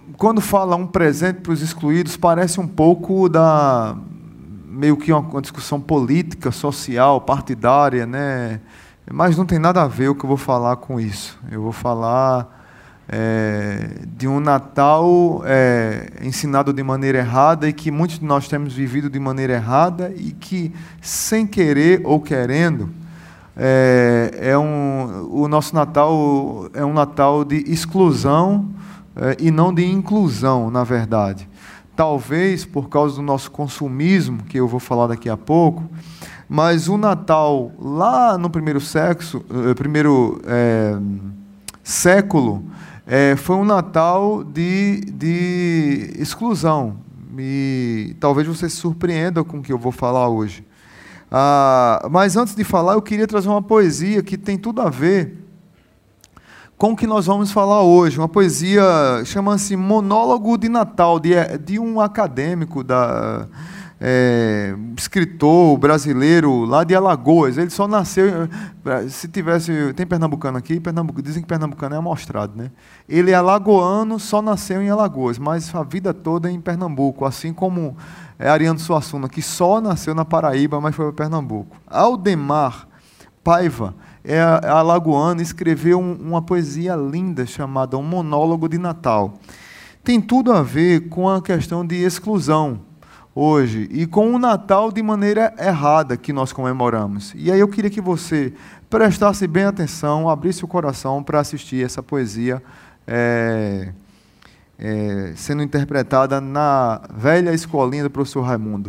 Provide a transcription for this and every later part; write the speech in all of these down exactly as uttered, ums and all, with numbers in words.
quando fala um presente para os excluídos, parece um pouco da meio que uma, uma discussão política, social, partidária, né? Mas não tem nada a ver o que eu vou falar com isso. Eu vou falar é, de um Natal é, ensinado de maneira errada e que muitos de nós temos vivido de maneira errada e que, sem querer ou querendo, é, é um, o nosso Natal é um Natal de exclusão é, e não de inclusão, na verdade. Talvez por causa do nosso consumismo, que eu vou falar daqui a pouco, mas o Natal, lá no primeiro, sexo, primeiro é, século, é, foi um Natal de, de exclusão. E talvez você se surpreenda com o que eu vou falar hoje. Ah, mas antes de falar, eu queria trazer uma poesia que tem tudo a ver com o que nós vamos falar hoje. Uma poesia, chama-se Monólogo de Natal, de, de um acadêmico, da, é, escritor brasileiro lá de Alagoas. Ele só nasceu, se tivesse, tem pernambucano aqui, Pernambuco, dizem que pernambucano é amostrado, né? Ele é alagoano, só nasceu em Alagoas, mas a vida toda em Pernambuco, assim como é Ariano Suassuna, que só nasceu na Paraíba, mas foi para Pernambuco. Aldemar Paiva é alagoano, escreveu um, uma poesia linda chamada Um Monólogo de Natal. Tem tudo a ver com a questão de exclusão hoje e com o Natal de maneira errada que nós comemoramos. E aí eu queria que você prestasse bem atenção, abrisse o coração para assistir essa poesia é, é, sendo interpretada na velha escolinha do professor Raimundo.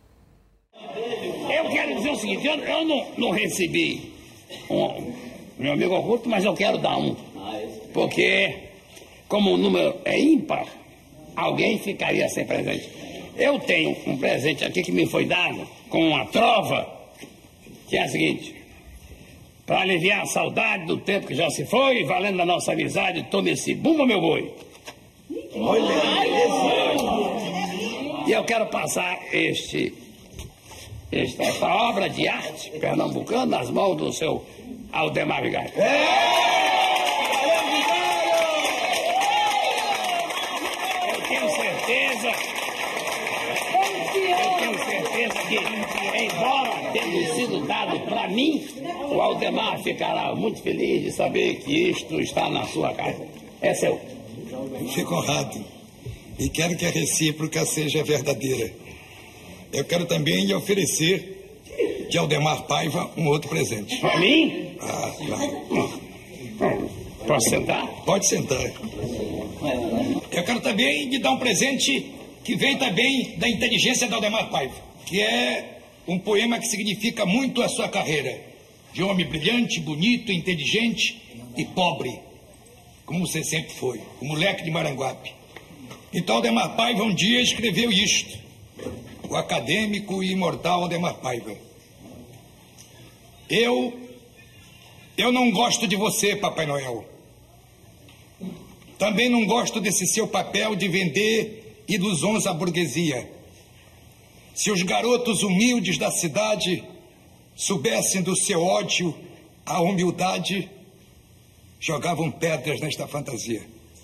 Eu quero dizer o seguinte, eu, eu não, não recebi um, meu amigo oculto, mas eu quero dar um, porque como o número é ímpar, alguém ficaria sem presente. Eu tenho um presente aqui que me foi dado com uma trova, que é a seguinte: para aliviar a saudade do tempo que já se foi, valendo a nossa amizade, tome esse bumba, meu boi. Olha, e eu quero passar este, esta, esta obra de arte pernambucana nas mãos do seu Aldemar Vigário. Eu tenho certeza, eu tenho certeza que, embora tendo sido dado para mim, o Aldemar ficará muito feliz de saber que isto está na sua casa. É seu. Fico honrado e quero que a recíproca seja verdadeira. Eu quero também lhe oferecer de Aldemar Paiva um outro presente. Para mim? Ah, claro. Posso sentar? Pode sentar. Eu quero também lhe dar um presente que vem também da inteligência de Aldemar Paiva, que é um poema que significa muito a sua carreira, de homem brilhante, bonito, inteligente e pobre, como você sempre foi, o moleque de Maranguape. Então Aldemar Paiva um dia escreveu isto: o acadêmico e imortal Aldemar Paiva. Eu, eu não gosto de você, Papai Noel. Também não gosto desse seu papel de vender ilusões à burguesia. Se os garotos humildes da cidade soubessem do seu ódio à humildade, jogavam pedras nesta fantasia.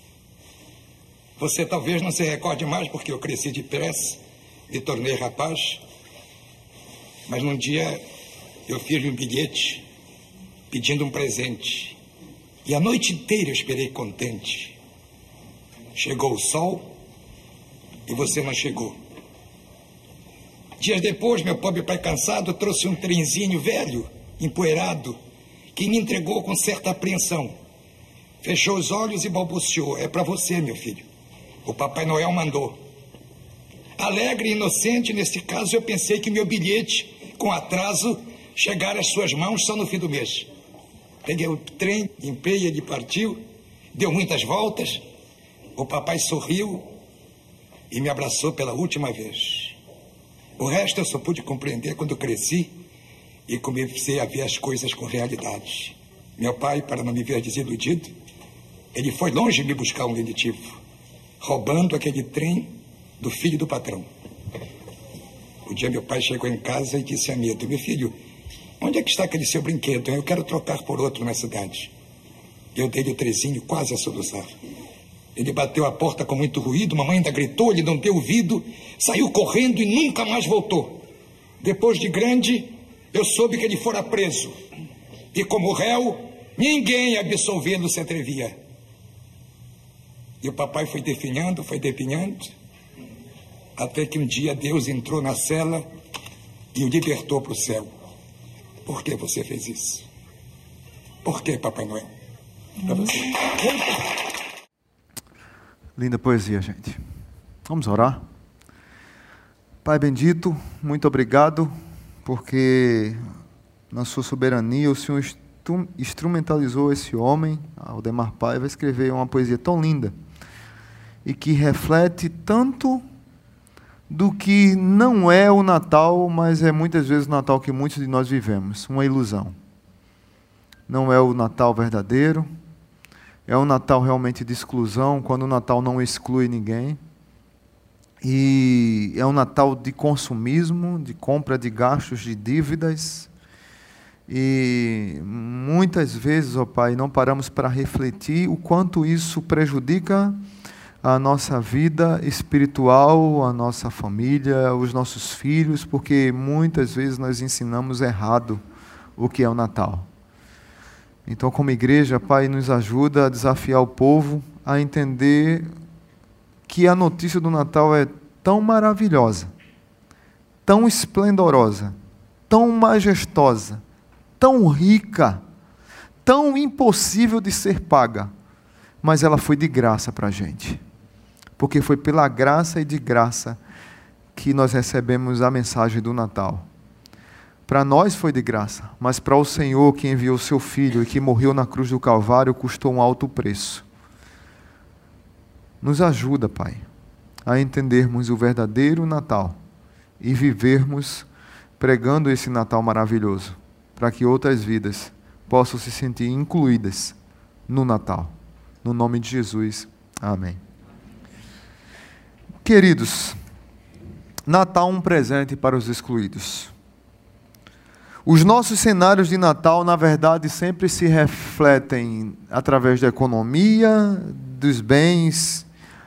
Você talvez não se recorde mais, porque eu cresci depressa e tornei rapaz, mas num dia eu fiz um bilhete pedindo um presente, e a noite inteira eu esperei contente. Chegou o sol e você não chegou. Dias depois, meu pobre pai cansado trouxe um trenzinho velho, empoeirado, que me entregou com certa apreensão. Fechou os olhos e balbuciou: é para você, meu filho. O Papai Noel mandou. Alegre e inocente, nesse caso, eu pensei que meu bilhete, com atraso, chegara às suas mãos só no fim do mês. Peguei o trem, limpei, ele partiu, deu muitas voltas. O papai sorriu e me abraçou pela última vez. O resto eu só pude compreender quando cresci e comecei a ver as coisas com realidade. Meu pai, para não me ver desiludido, ele foi longe me buscar um lenitivo, roubando aquele trem do filho do patrão. Um dia meu pai chegou em casa e disse a Medo: meu filho, onde é que está aquele seu brinquedo? Eu quero trocar por outro na cidade. Eu dei-lhe o trezinho quase a soluçar. Ele bateu a porta com muito ruído, mamãe ainda gritou, ele não deu ouvido, saiu correndo e nunca mais voltou. Depois de grande, eu soube que ele fora preso. E como réu, ninguém absolvê-lo se atrevia. E o papai foi definhando, foi definhando, até que um dia Deus entrou na cela e o libertou para o céu. Por que você fez isso? Por que, Papai Noel? Para você. Linda poesia, gente. Vamos orar? Pai bendito, muito obrigado, porque na sua soberania o Senhor instrumentalizou esse homem, Aldemar Paiva, a escrever uma poesia tão linda e que reflete tanto do que não é o Natal, mas é muitas vezes o Natal que muitos de nós vivemos, uma ilusão. Não é o Natal verdadeiro, é um Natal realmente de exclusão, quando o Natal não exclui ninguém. E é um Natal de consumismo, de compra de gastos, de dívidas. E muitas vezes, ó Pai, não paramos para refletir o quanto isso prejudica a nossa vida espiritual, a nossa família, os nossos filhos, porque muitas vezes nós ensinamos errado o que é o Natal. Então, como igreja, Pai, nos ajuda a desafiar o povo a entender que a notícia do Natal é tão maravilhosa, tão esplendorosa, tão majestosa, tão rica, tão impossível de ser paga, mas ela foi de graça para a gente, porque foi pela graça e de graça que nós recebemos a mensagem do Natal. Para nós foi de graça, mas para o Senhor que enviou seu Filho e que morreu na cruz do Calvário, custou um alto preço. Nos ajuda, Pai, a entendermos o verdadeiro Natal e vivermos pregando esse Natal maravilhoso, para que outras vidas possam se sentir incluídas no Natal. No nome de Jesus, amém. Queridos, Natal é um presente para os excluídos. Os nossos cenários de Natal, na verdade, sempre se refletem através da economia, dos bens,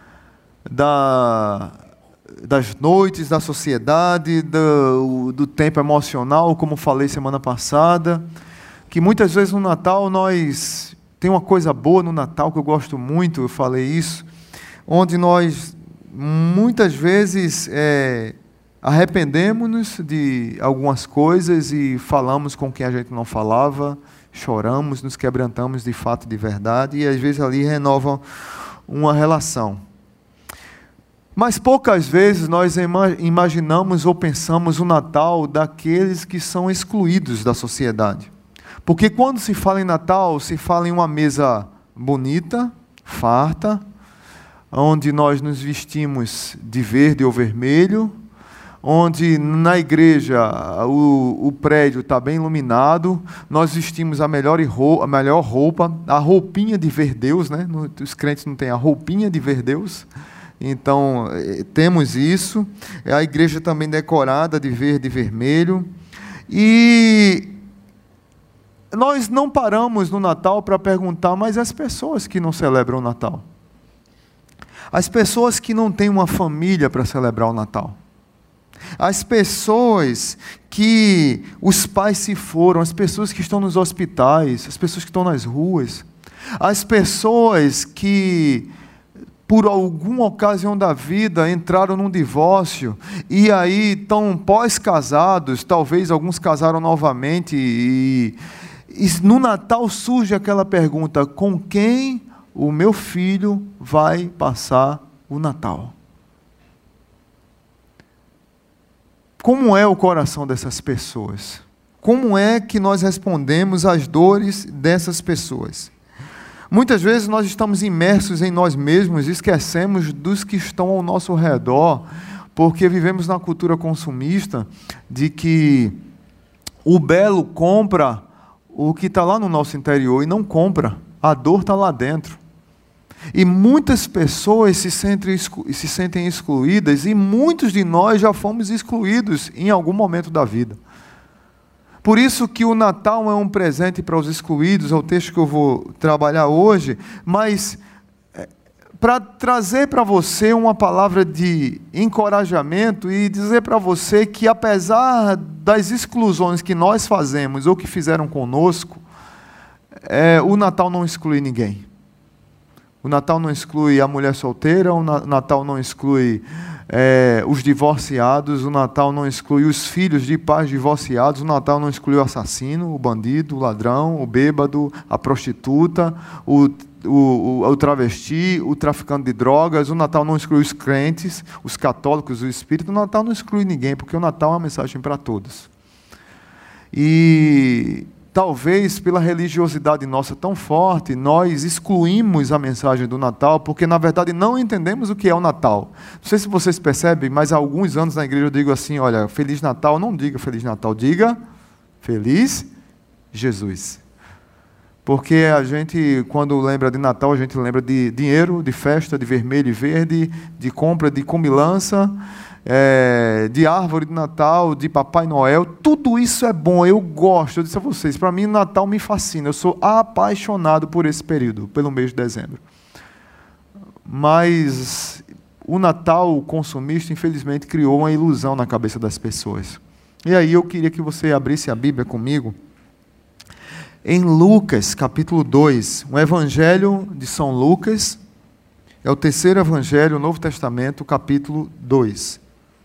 da, das noites, da sociedade, do, do tempo emocional, como falei semana passada, que muitas vezes no Natal nós... Tem uma coisa boa no Natal que eu gosto muito, eu falei isso, onde nós muitas vezes é, arrependemos-nos de algumas coisas e falamos com quem a gente não falava, choramos, nos quebrantamos de fato, de verdade, e às vezes ali renova uma relação. Mas poucas vezes nós imaginamos ou pensamos o Natal daqueles que são excluídos da sociedade. Porque quando se fala em Natal, se fala em uma mesa bonita, farta, onde nós nos vestimos de verde ou vermelho, onde na igreja o, o prédio está bem iluminado, nós vestimos a melhor, roupa, a melhor roupa, a roupinha de ver Deus, né? Os crentes não têm a roupinha de ver Deus, então temos isso, a igreja também decorada de verde e vermelho, e nós não paramos no Natal para perguntar, mas as pessoas que não celebram o Natal, as pessoas que não têm uma família para celebrar o Natal, as pessoas que os pais se foram, as pessoas que estão nos hospitais, as pessoas que estão nas ruas, as pessoas que por alguma ocasião da vida entraram num divórcio e aí estão pós-casados, talvez alguns casaram novamente e, e no Natal surge aquela pergunta: com quem o meu filho vai passar o Natal? Como é o coração dessas pessoas? Como é que nós respondemos às dores dessas pessoas? Muitas vezes nós estamos imersos em nós mesmos e esquecemos dos que estão ao nosso redor, porque vivemos na cultura consumista de que o belo compra o que está lá no nosso interior e não compra, a dor está lá dentro. E muitas pessoas se sentem, se sentem excluídas, e muitos de nós já fomos excluídos em algum momento da vida. Por isso que o Natal é um presente para os excluídos, é o texto que eu vou trabalhar hoje, mas para trazer para você uma palavra de encorajamento e dizer para você que, apesar das exclusões que nós fazemos ou que fizeram conosco, é, o Natal não exclui ninguém. O Natal não exclui a mulher solteira, o Natal não exclui é, os divorciados, o Natal não exclui os filhos de pais divorciados, o Natal não exclui o assassino, o bandido, o ladrão, o bêbado, a prostituta, o, o, o travesti, o traficante de drogas. O Natal não exclui os crentes, os católicos, o espírito. O Natal não exclui ninguém, porque o Natal é uma mensagem para todos. E talvez pela religiosidade nossa tão forte, nós excluímos a mensagem do Natal, porque na verdade não entendemos o que é o Natal. Não sei se vocês percebem, mas há alguns anos na igreja eu digo assim, olha, Feliz Natal, não diga Feliz Natal, diga Feliz Jesus. Porque a gente, quando lembra de Natal, a gente lembra de dinheiro, de festa, de vermelho e verde, de compra de comilança, É, de árvore de Natal, de Papai Noel. Tudo isso é bom, eu gosto. Eu disse a vocês, para mim Natal me fascina, eu sou apaixonado por esse período, pelo mês de dezembro. Mas o Natal consumista, infelizmente, criou uma ilusão na cabeça das pessoas. E aí eu queria que você abrisse a Bíblia comigo em Lucas, capítulo dois, o Evangelho de São Lucas, é o terceiro Evangelho, o Novo Testamento, capítulo dois.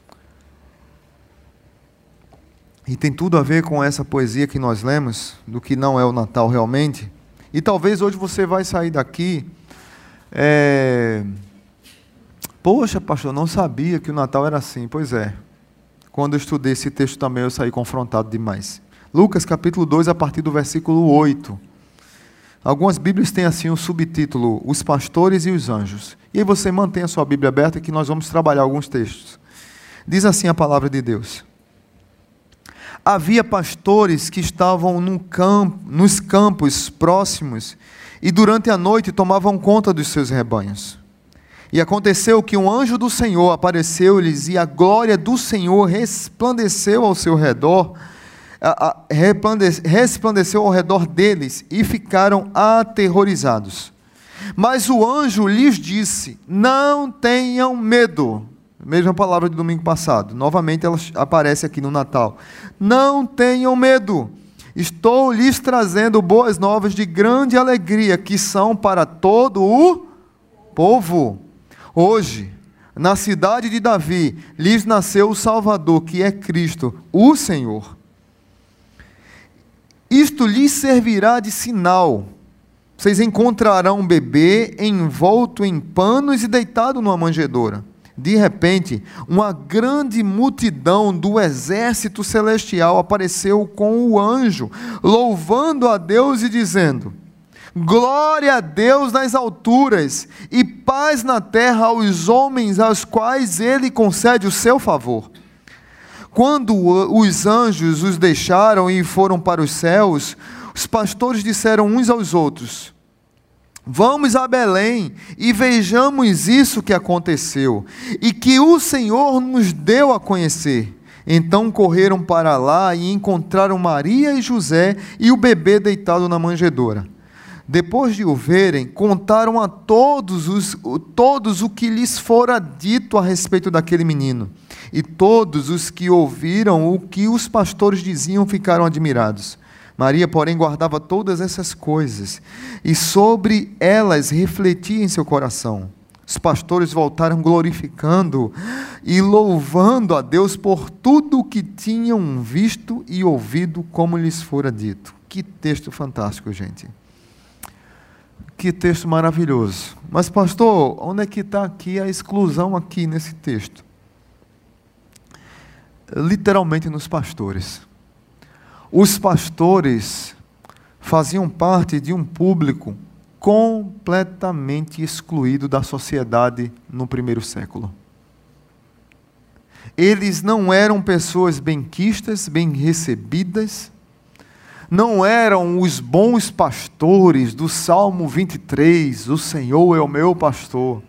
E tem tudo a ver com essa poesia que nós lemos, do que não é o Natal realmente. E talvez hoje você vai sair daqui, é... poxa, pastor, não sabia que o Natal era assim. Pois é, quando eu estudei esse texto também eu saí confrontado demais. Lucas capítulo dois, a partir do versículo oito. Algumas Bíblias têm assim um subtítulo, Os Pastores e os Anjos. E aí você mantém a sua Bíblia aberta que nós vamos trabalhar alguns textos. Diz assim a palavra de Deus. Havia pastores que estavam no campo, nos campos próximos e durante a noite tomavam conta dos seus rebanhos. E aconteceu que um anjo do Senhor apareceu-lhes e a glória do Senhor resplandeceu ao seu redor, a, a, resplandeceu ao redor deles e ficaram aterrorizados. Mas o anjo lhes disse, não tenham medo. Mesma palavra de domingo passado, novamente ela aparece aqui no Natal. Não tenham medo, estou lhes trazendo boas novas de grande alegria, que são para todo o povo. Hoje, na cidade de Davi, lhes nasceu o Salvador, que é Cristo, o Senhor. Isto lhes servirá de sinal. Vocês encontrarão um bebê envolto em panos e deitado numa manjedoura. De repente, uma grande multidão do exército celestial apareceu com o anjo, louvando a Deus e dizendo, glória a Deus nas alturas e paz na terra aos homens aos quais Ele concede o seu favor. Quando os anjos os deixaram e foram para os céus, os pastores disseram uns aos outros, vamos a Belém e vejamos isso que aconteceu e que o Senhor nos deu a conhecer. Então correram para lá e encontraram Maria e José e o bebê deitado na manjedoura. Depois de o verem, contaram a todos, os, todos o que lhes fora dito a respeito daquele menino. E todos os que ouviram o que os pastores diziam ficaram admirados. Maria, porém, guardava todas essas coisas, e sobre elas refletia em seu coração. Os pastores voltaram glorificando e louvando a Deus por tudo o que tinham visto e ouvido, como lhes fora dito. Que texto fantástico, gente. Que texto maravilhoso. Mas, pastor, onde é que está aqui a exclusão aqui nesse texto? Literalmente nos pastores. Os pastores faziam parte de um público completamente excluído da sociedade no primeiro século. Eles não eram pessoas benquistas, bem recebidas, não eram os bons pastores do Salmo vinte e três, o Senhor é o meu pastor.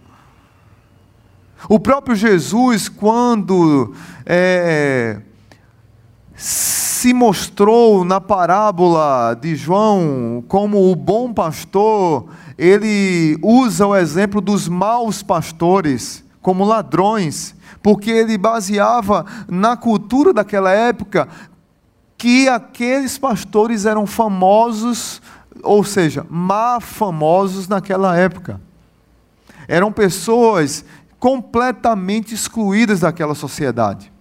O próprio Jesus, quando é, se mostrou na parábola de João como o bom bom pastor, ele usa o exemplo dos maus pastores como ladrões, porque ele baseava na cultura daquela época que aqueles pastores eram famosos, ou seja, má famosos naquela época. Eram pessoas completamente excluídas daquela sociedade.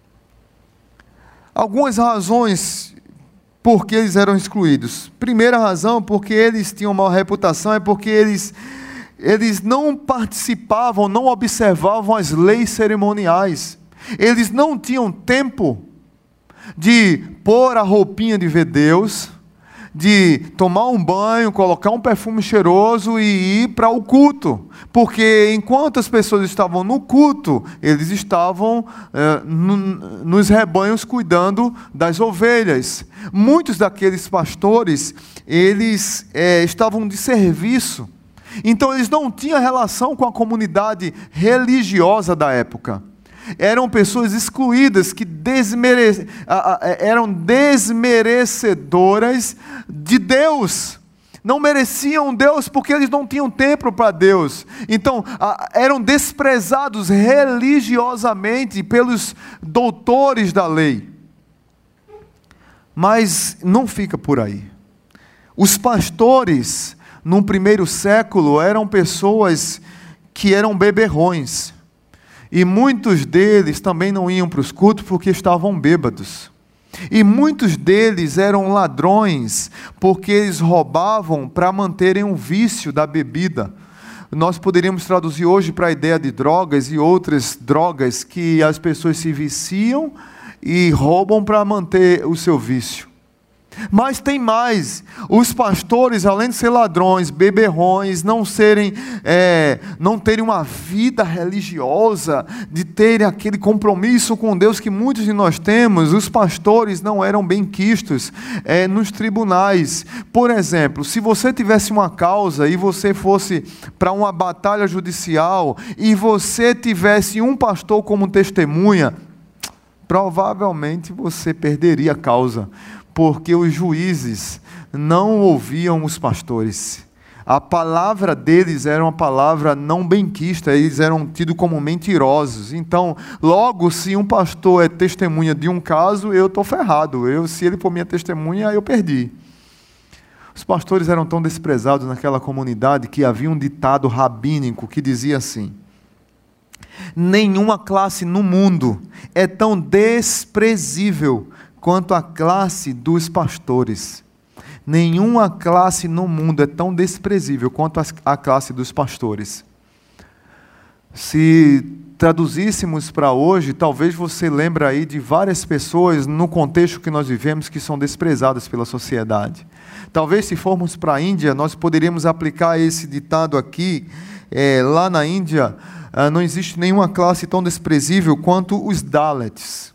Algumas razões por que eles eram excluídos. Primeira razão, porque eles tinham uma reputação, é porque eles, eles não participavam, não observavam as leis cerimoniais. Eles não tinham tempo de pôr a roupinha de ver Deus, de tomar um banho, colocar um perfume cheiroso e ir para o culto. Porque enquanto as pessoas estavam no culto, eles estavam eh, no, nos rebanhos cuidando das ovelhas. Muitos daqueles pastores, eles eh, estavam de serviço. Então eles não tinham relação com a comunidade religiosa da época. Eram pessoas excluídas, que desmere... eram desmerecedoras de Deus. Não mereciam Deus porque eles não tinham tempo para Deus. Então, eram desprezados religiosamente pelos doutores da lei. Mas não fica por aí. Os pastores, no primeiro século, eram pessoas que eram beberrões. E muitos deles também não iam para os cultos porque estavam bêbados. E muitos deles eram ladrões, porque eles roubavam para manterem o vício da bebida. Nós poderíamos traduzir hoje para a ideia de drogas e outras drogas que as pessoas se viciam e roubam para manter o seu vício. Mas tem mais, os pastores, além de ser ladrões, beberrões, não serem, é, não terem uma vida religiosa, de terem aquele compromisso com Deus que muitos de nós temos, os pastores não eram bem quistos é, nos tribunais. Por exemplo, se você tivesse uma causa e você fosse para uma batalha judicial e você tivesse um pastor como testemunha, provavelmente você perderia a causa, porque os juízes não ouviam os pastores. A palavra deles era uma palavra não benquista, eles eram tidos como mentirosos. Então, logo, se um pastor é testemunha de um caso, eu estou ferrado. Eu, se ele for minha testemunha, eu perdi. Os pastores eram tão desprezados naquela comunidade que havia um ditado rabínico que dizia assim: nenhuma classe no mundo é tão desprezível quanto a classe dos pastores. Nenhuma classe no mundo é tão desprezível quanto a classe dos pastores. Se traduzíssemos para hoje, talvez você lembre aí de várias pessoas no contexto que nós vivemos que são desprezadas pela sociedade. Talvez se formos para a Índia, nós poderíamos aplicar esse ditado aqui. É, lá na Índia, ah, não existe nenhuma classe tão desprezível quanto os Dalits.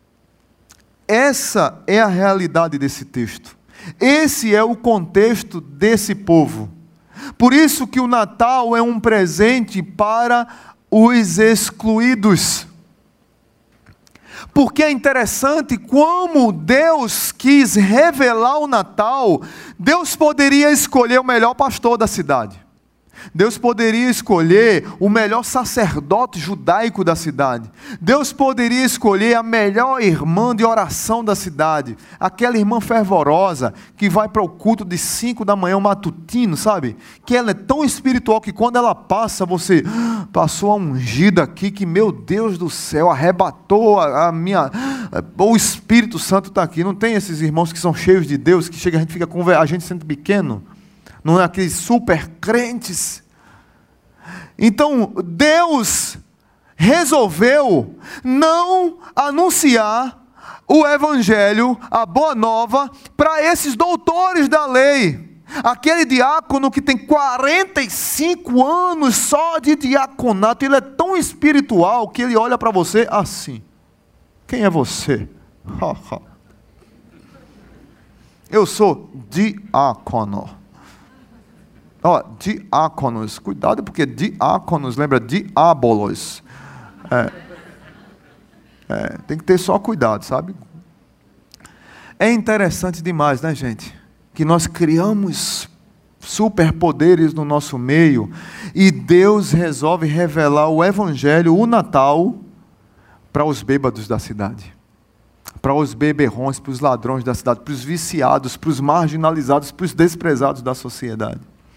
Essa é a realidade desse texto. Esse é o contexto desse povo. Por isso que o Natal é um presente para os excluídos. Porque é interessante como Deus quis revelar o Natal. Deus poderia escolher o melhor pastor da cidade. Deus poderia escolher o melhor sacerdote judaico da cidade. Deus poderia escolher a melhor irmã de oração da cidade. Aquela irmã fervorosa que vai para o culto de cinco da manhã, matutino, sabe? Que ela é tão espiritual que quando ela passa, você ah, passou a ungida aqui, que meu Deus do céu, arrebatou a, a minha... O Espírito Santo está aqui. Não tem esses irmãos que são cheios de Deus, que chega, a gente fica com... A gente se sente pequeno. Não é aqueles super crentes. Então, Deus resolveu não anunciar o Evangelho, a Boa Nova, para esses doutores da lei. Aquele diácono que tem quarenta e cinco anos só de diaconato, ele é tão espiritual que ele olha para você assim. Quem é você? Eu sou diácono. Ó, oh, diáconos, cuidado porque diáconos lembra diabolos. É, é, tem que ter só cuidado, sabe? É interessante demais, né, gente? Que nós criamos superpoderes no nosso meio, e Deus resolve revelar o Evangelho, o Natal, para os bêbados da cidade, para os beberrões, para os ladrões da cidade, para os viciados, para os marginalizados, para os desprezados da sociedade.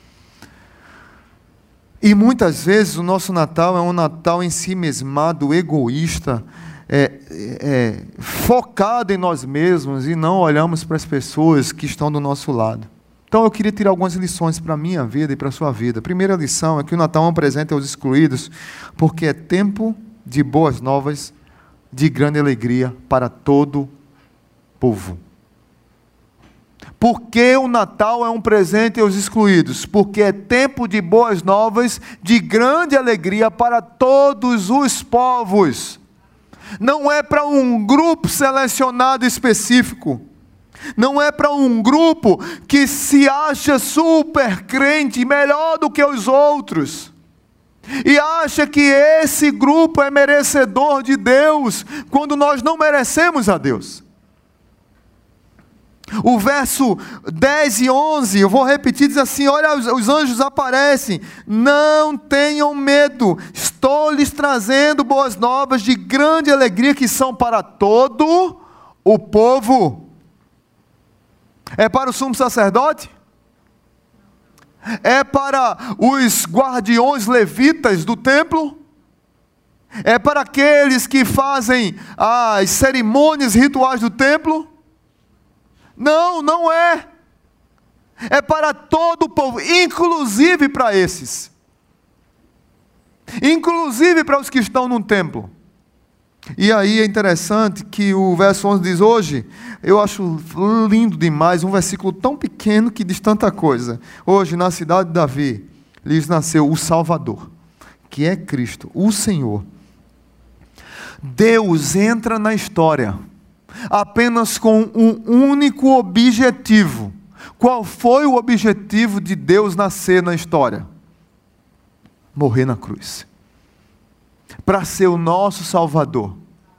E muitas vezes o nosso Natal é um Natal em si mesmado, egoísta, é, é, focado em nós mesmos, e não olhamos para as pessoas que estão do nosso lado. Então eu queria tirar algumas lições para a minha vida e para a sua vida. A primeira lição é que o Natal é um presente aos excluídos, porque é tempo de boas novas, de grande alegria para todo povo. Por que o Natal é um presente aos excluídos? Porque é tempo de boas novas, de grande alegria para todos os povos. Não é para um grupo selecionado específico. Não é para um grupo que se acha super crente, melhor do que os outros, e acha que esse grupo é merecedor de Deus, quando nós não merecemos a Deus. O verso dez e onze, eu vou repetir, diz assim: olha, os, os anjos aparecem, não tenham medo, estou lhes trazendo boas novas de grande alegria, que são para todo o povo. É para o sumo sacerdote? É para os guardiões levitas do templo? É para aqueles que fazem as cerimônias rituais do templo? Não, não é. É para todo o povo, inclusive para esses. Inclusive para os que estão no templo. E aí é interessante que o verso onze diz: hoje, eu acho lindo demais, um versículo tão pequeno que diz tanta coisa. Hoje, na cidade de Davi, lhes nasceu o Salvador, que é Cristo, o Senhor. Deus entra na história apenas com um único objetivo. Qual foi o objetivo de Deus nascer na história? Morrer na cruz, para ser o nosso Salvador.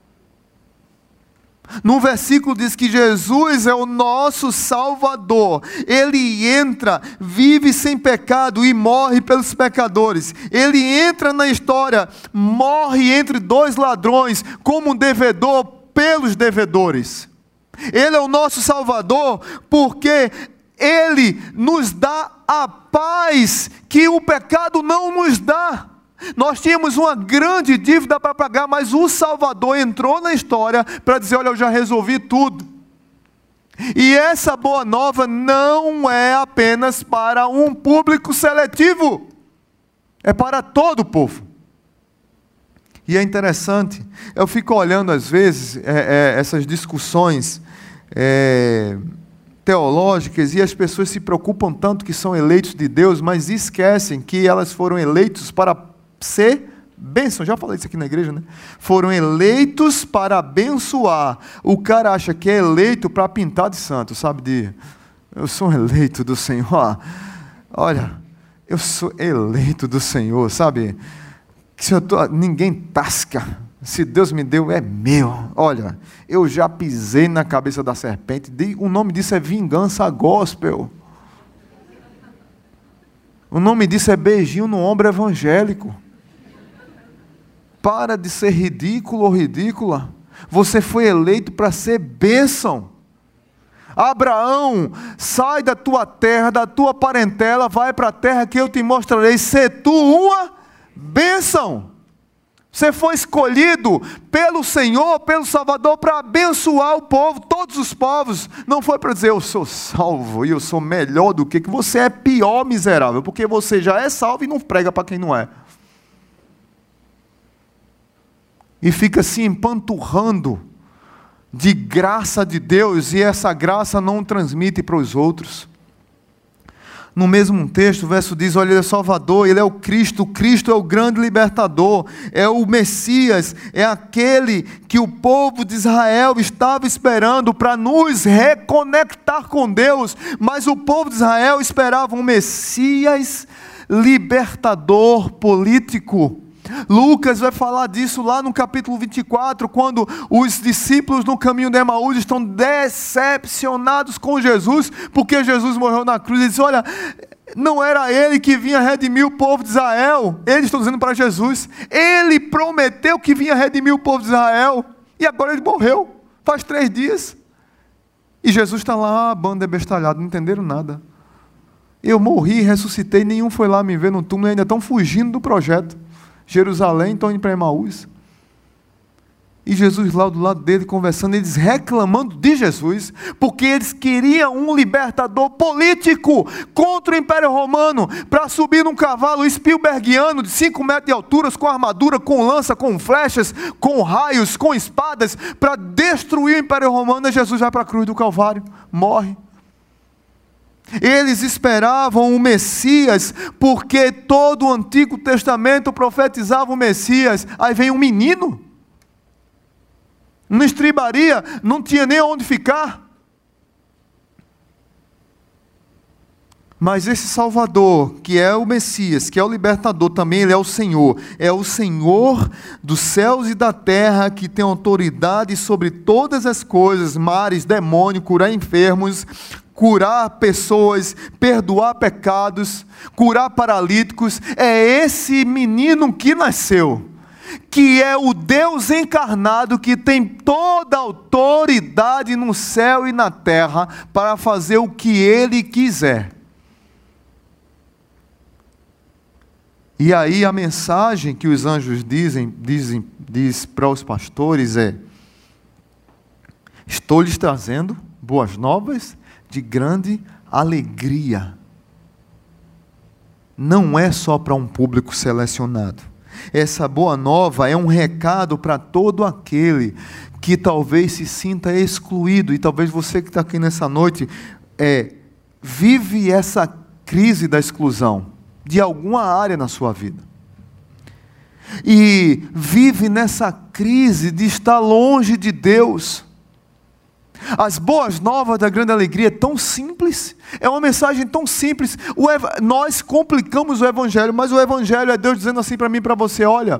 No versículo diz que Jesus é o nosso Salvador. Ele entra, vive sem pecado e morre pelos pecadores. Ele entra na história, morre entre dois ladrões, como um devedor pelos devedores. Ele é o nosso Salvador porque Ele nos dá a paz que o pecado não nos dá. Nós tínhamos uma grande dívida para pagar, mas o Salvador entrou na história para dizer: olha, eu já resolvi tudo. E essa boa nova não é apenas para um público seletivo, é para todo o povo. E é interessante, eu fico olhando às vezes é, é, essas discussões é, teológicas, e as pessoas se preocupam tanto que são eleitos de Deus, mas esquecem que elas foram eleitos para ser bênção. Já falei isso aqui na igreja, né? Foram eleitos para abençoar. O cara acha que é eleito para pintar de santo, sabe? De, eu sou eleito do Senhor. Olha, eu sou eleito do Senhor, sabe? Se eu tô, ninguém tasca. Se Deus me deu, é meu. Olha, eu já pisei na cabeça da serpente. O nome disso é vingança gospel. O nome disso é beijinho no ombro evangélico. Para de ser ridículo ou ridícula. Você foi eleito para ser bênção. Abraão, sai da tua terra, da tua parentela, vai para a terra que eu te mostrarei, ser tu uma bênção. Você foi escolhido pelo Senhor, pelo Salvador, para abençoar o povo, todos os povos. Não foi para dizer: eu sou salvo e eu sou melhor do que, que você é pior, miserável, porque você já é salvo e não prega para quem não é. E fica assim empanturrando de graça de Deus, e essa graça não transmite para os outros. No mesmo texto, o verso diz: olha, ele é Salvador, ele é o Cristo, o Cristo é o grande libertador, é o Messias, é aquele que o povo de Israel estava esperando para nos reconectar com Deus, mas o povo de Israel esperava um Messias libertador político. Lucas vai falar disso lá no capítulo vinte e quatro, quando os discípulos no caminho de Emaús estão decepcionados com Jesus, porque Jesus morreu na cruz. Ele diz: olha, Não era ele que vinha redimir o povo de Israel. Eles estão dizendo para Jesus. Ele prometeu que vinha redimir o povo de Israel. E agora ele morreu. Faz três dias. E Jesus está lá, a banda é bestalhada, não entenderam nada. Eu morri, ressuscitei, nenhum foi lá me ver no túmulo, ainda estão fugindo do projeto. Jerusalém, estão indo para Emaús. E Jesus lá do lado dele, conversando, eles reclamando de Jesus, porque eles queriam um libertador político contra o Império Romano, para subir num cavalo Spielbergiano de cinco metros de altura, com armadura, com lança, com flechas, com raios, com espadas, para destruir o Império Romano. E Jesus vai para a cruz do Calvário, morre. Eles esperavam o Messias, porque todo o Antigo Testamento profetizava o Messias. Aí vem um menino, não estribaria, não tinha nem onde ficar. Mas esse Salvador, que é o Messias, que é o libertador também, ele é o Senhor. É o Senhor dos céus e da terra, que tem autoridade sobre todas as coisas, mares, demônio, curar enfermos, curar pessoas, perdoar pecados, curar paralíticos. É esse menino que nasceu, que é o Deus encarnado, que tem toda a autoridade no céu e na terra para fazer o que Ele quiser. E aí a mensagem que os anjos dizem, dizem diz para os pastores é: estou lhes trazendo boas novas de grande alegria. Não é só para um público selecionado. Essa boa nova é um recado para todo aquele que talvez se sinta excluído. E talvez você que está aqui nessa noite é, vive essa crise da exclusão de alguma área na sua vida. E vive nessa crise de estar longe de Deus. As boas novas da grande alegria é tão simples, é uma mensagem tão simples. O ev... Nós complicamos o Evangelho, mas o Evangelho é Deus dizendo assim para mim e para você: olha,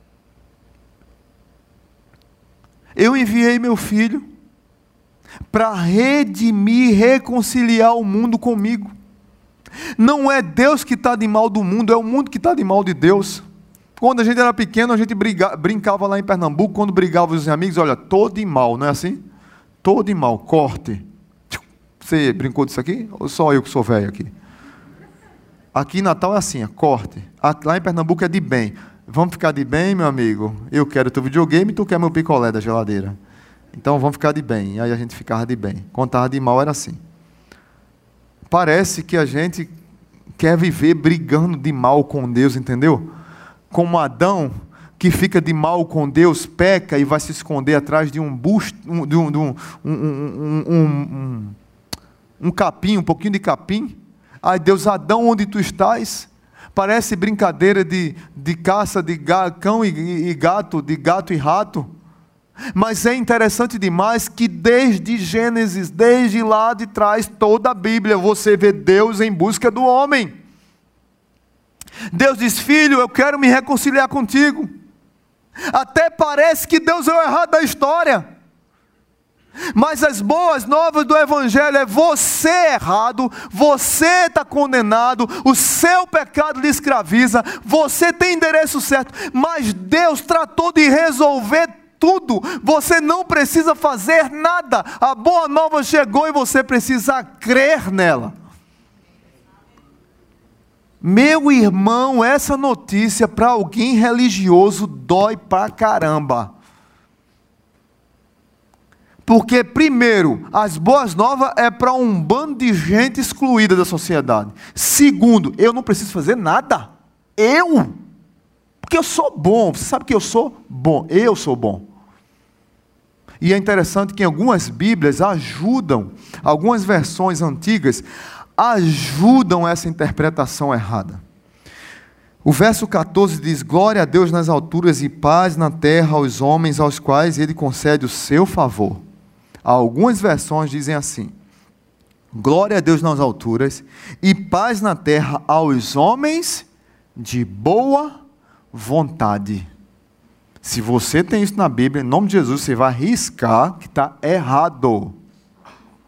eu enviei meu Filho para redimir, reconciliar o mundo comigo. Não é Deus que está de mal do mundo, é o mundo que está de mal de Deus. Quando a gente era pequeno, a gente briga... brincava lá em Pernambuco, quando brigava os amigos, olha, tô de mal, não é assim? Todo mal, corte. Você brincou disso aqui? Ou só eu que sou velho aqui? Aqui em Natal é assim, é corte. Lá em Pernambuco é de bem. Vamos ficar de bem, meu amigo? Eu quero teu videogame e tu quer meu picolé da geladeira. Então vamos ficar de bem. E aí a gente ficava de bem. Quando estava de mal era assim. Parece que a gente quer viver brigando de mal com Deus, entendeu? Como Adão, que fica de mal com Deus, peca e vai se esconder atrás de um busto, um, de um, de um, um, um, um, um, um capim, um pouquinho de capim. Ai Deus, Adão, onde tu estás? Parece brincadeira de, de caça de cão e, e gato, de gato e rato. Mas é interessante demais que desde Gênesis, desde lá de trás, toda a Bíblia, você vê Deus em busca do homem. Deus diz: filho, eu quero me reconciliar contigo. Até parece que Deus é o errado da história. Mas as boas novas do Evangelho é: você é errado, você está condenado, o seu pecado lhe escraviza, você tem endereço certo, mas Deus tratou de resolver tudo, você não precisa fazer nada, a boa nova chegou e você precisa crer nela. Meu irmão, essa notícia para alguém religioso dói pra caramba. Porque, primeiro, as boas novas é para um bando de gente excluída da sociedade. Segundo, eu não preciso fazer nada. Eu? Porque eu sou bom. Você sabe que eu sou bom. Eu sou bom. E é interessante que algumas Bíblias ajudam, algumas versões antigas, ajudam essa interpretação errada. O verso catorze diz: glória a Deus nas alturas e paz na terra aos homens aos quais Ele concede o seu favor. Algumas versões dizem assim: glória a Deus nas alturas e paz na terra aos homens de boa vontade. Se você tem isso na Bíblia, em nome de Jesus, você vai riscar que está errado.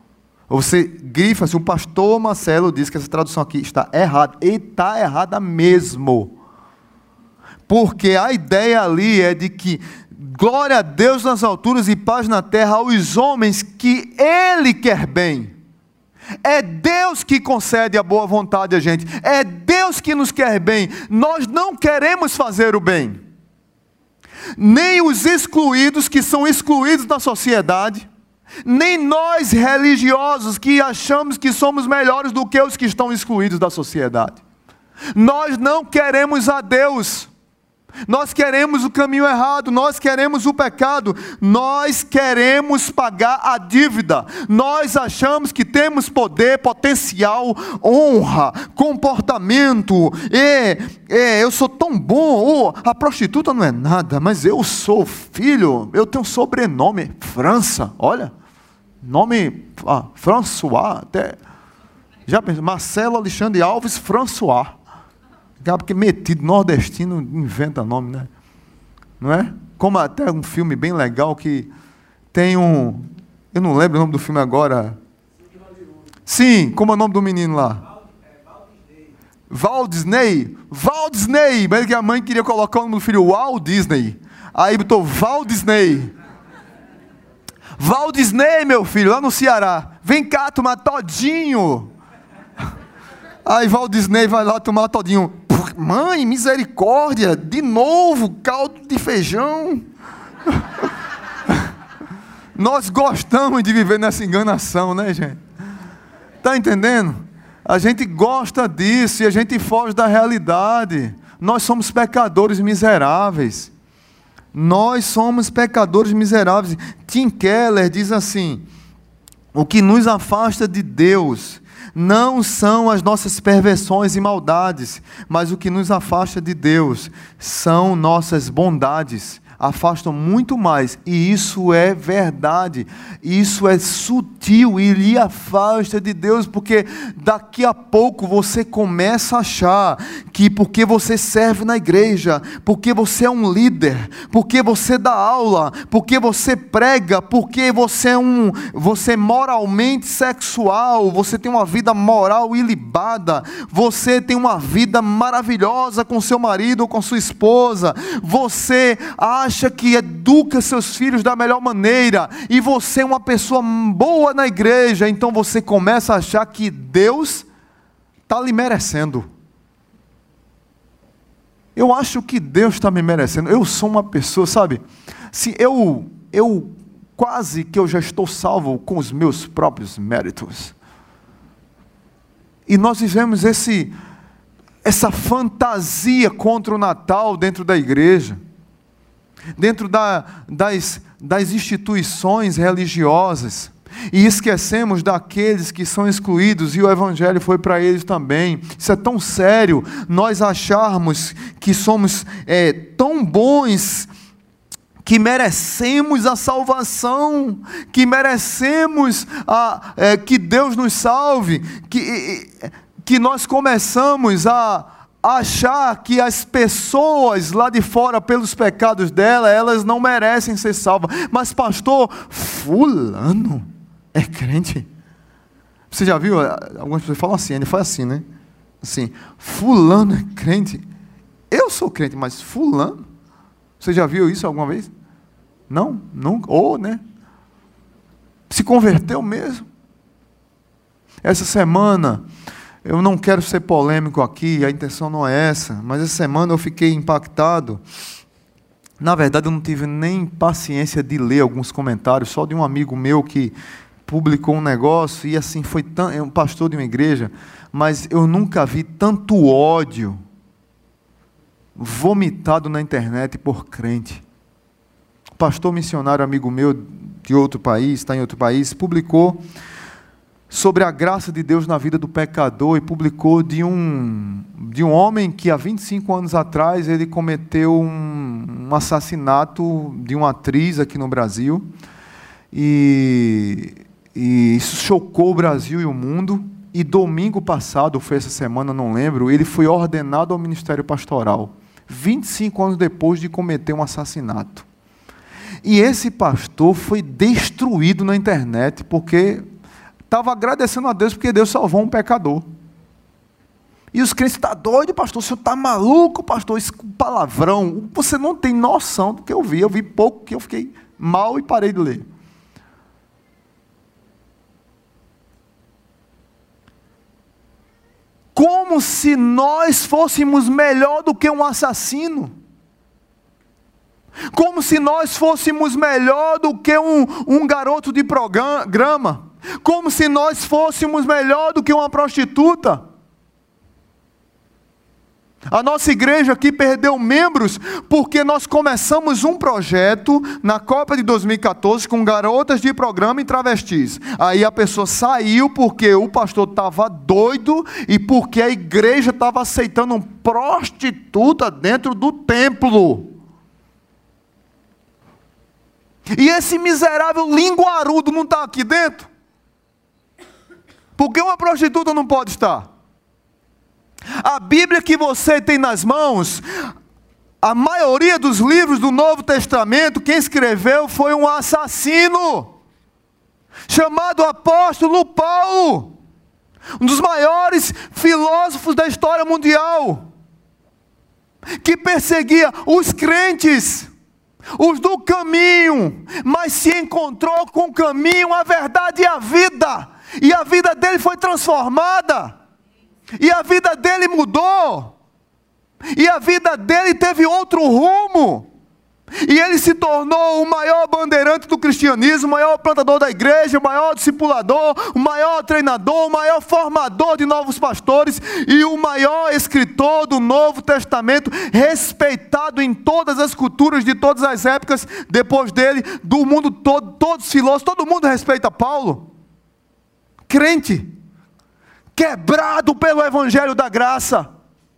Você grifa assim, o pastor Marcelo diz que essa tradução aqui está errada. E está errada mesmo. Porque a ideia ali é de que glória a Deus nas alturas e paz na terra aos homens que Ele quer bem. É Deus que concede a boa vontade a gente. É Deus que nos quer bem. Nós não queremos fazer o bem. Nem os excluídos que são excluídos da sociedade, nem nós religiosos que achamos que somos melhores do que os que estão excluídos da sociedade. Nós não queremos a Deus. Nós queremos o caminho errado, nós queremos o pecado, nós queremos pagar a dívida, nós achamos que temos poder, potencial, honra, comportamento, e, e, eu sou tão bom, oh, a prostituta não é nada, mas eu sou filho, eu tenho sobrenome, França, olha, nome, ah, François, até, já pensou, Marcelo Alexandre Alves François. Porque metido, nordestino, inventa nome, né? Não é? Como até um filme bem legal que tem um... Eu não lembro o nome do filme agora. Sim, como é o nome do menino lá? Walt Disney. Walt Disney. Mas que a mãe queria colocar o nome do filho Walt Disney. Aí botou Walt Disney. Walt Disney, meu filho, lá no Ceará. Vem cá tomar todinho. Aí Walt Disney vai lá tomar todinho. Mãe, misericórdia, de novo, caldo de feijão. Nós gostamos de viver nessa enganação, né, gente? Está entendendo? A gente gosta disso e a gente foge da realidade. Nós somos pecadores miseráveis. Nós somos pecadores miseráveis. Tim Keller diz assim: o que nos afasta de Deus não são as nossas perversões e maldades, mas o que nos afasta de Deus são nossas bondades. Afastam muito mais, e isso é verdade, isso é sutil e lhe afasta de Deus, porque daqui a pouco você começa a achar que porque você serve na igreja, porque você é um líder, porque você dá aula, porque você prega, porque você é um, você é moralmente sexual, você tem uma vida moral ilibada, você tem uma vida maravilhosa com seu marido ou com sua esposa, você acha acha que educa seus filhos da melhor maneira, e você é uma pessoa boa na igreja, então você começa a achar que Deus está lhe merecendo. Eu acho que Deus está me merecendo. Eu sou uma pessoa, sabe, se eu, eu quase que eu já estou salvo com os meus próprios méritos, e nós vivemos esse, essa fantasia contra o Natal dentro da igreja, dentro da, das, das instituições religiosas, e esquecemos daqueles que são excluídos, e o Evangelho foi para eles também. Isso é tão sério, nós acharmos que somos é, tão bons, que merecemos a salvação, que merecemos a, é, que Deus nos salve, que, que nós começamos a achar que as pessoas lá de fora, pelos pecados dela, elas não merecem ser salvas. Mas pastor, fulano é crente? Você já viu? Algumas pessoas falam assim, ele faz assim, né? Assim, fulano é crente? Eu sou crente, mas fulano? Você já viu isso alguma vez? Não? Nunca? Ou, né? Se converteu mesmo? Essa semana, eu não quero ser polêmico aqui, a intenção não é essa, mas essa semana eu fiquei impactado. Na verdade, eu não tive nem paciência de ler alguns comentários, só de um amigo meu que publicou um negócio, e assim, foi tão, é um pastor de uma igreja, mas eu nunca vi tanto ódio vomitado na internet por crente. Pastor missionário, amigo meu de outro país, está em outro país, publicou sobre a graça de Deus na vida do pecador, e publicou de um, de um homem que há vinte e cinco anos atrás ele cometeu um, um assassinato de uma atriz aqui no Brasil, e, e isso chocou o Brasil e o mundo, e domingo passado, foi essa semana, não lembro, ele foi ordenado ao ministério pastoral, vinte e cinco anos depois de cometer um assassinato. E esse pastor foi destruído na internet, porque estava agradecendo a Deus porque Deus salvou um pecador. E os crentes estão doidos, pastor, o senhor está maluco, pastor, isso com palavrão. Você não tem noção do que eu vi. Eu vi pouco que eu fiquei mal e parei de ler. Como se nós fôssemos melhor do que um assassino. Como se nós fôssemos melhor do que um, um garoto de programa. Como se nós fôssemos melhor do que uma prostituta. A nossa igreja aqui perdeu membros porque nós começamos um projeto na Copa de dois mil e quatorze com garotas de programa e travestis. Aí a pessoa saiu porque o pastor estava doido e porque a igreja estava aceitando uma prostituta dentro do templo. E esse miserável linguarudo não está aqui dentro? Por que uma prostituta não pode estar? A Bíblia que você tem nas mãos, a maioria dos livros do Novo Testamento, quem escreveu foi um assassino, chamado apóstolo Paulo, um dos maiores filósofos da história mundial, que perseguia os crentes, os do caminho, mas se encontrou com o caminho, a verdade e a vida, e a vida dele foi transformada. E a vida dele mudou. E a vida dele teve outro rumo. E ele se tornou o maior bandeirante do cristianismo, o maior plantador da igreja, o maior discipulador, o maior treinador, o maior formador de novos pastores e o maior escritor do Novo Testamento, respeitado em todas as culturas de todas as épocas. Depois dele, do mundo todo, todos os filósofos, todo mundo respeita Paulo. Crente. Quebrado pelo evangelho da graça.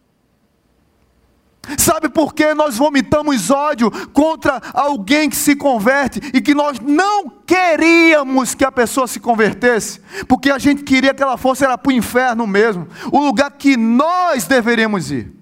Sabe por que nós vomitamos ódio contra alguém que se converte e que nós não queríamos que a pessoa se convertesse? Porque a gente queria que ela fosse era para o inferno mesmo, o lugar que nós deveríamos ir.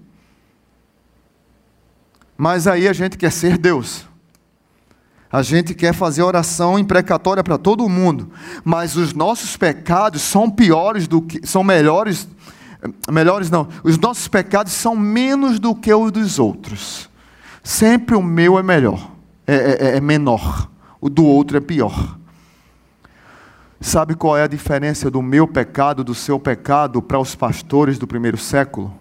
Mas aí a gente quer ser Deus. A gente quer fazer oração imprecatória para todo mundo, mas os nossos pecados são piores do que, são melhores, melhores não, os nossos pecados são menos do que os dos outros. Sempre o meu é melhor, é, é, é menor, o do outro é pior. Sabe qual é a diferença do meu pecado, do seu pecado, para os pastores do primeiro século?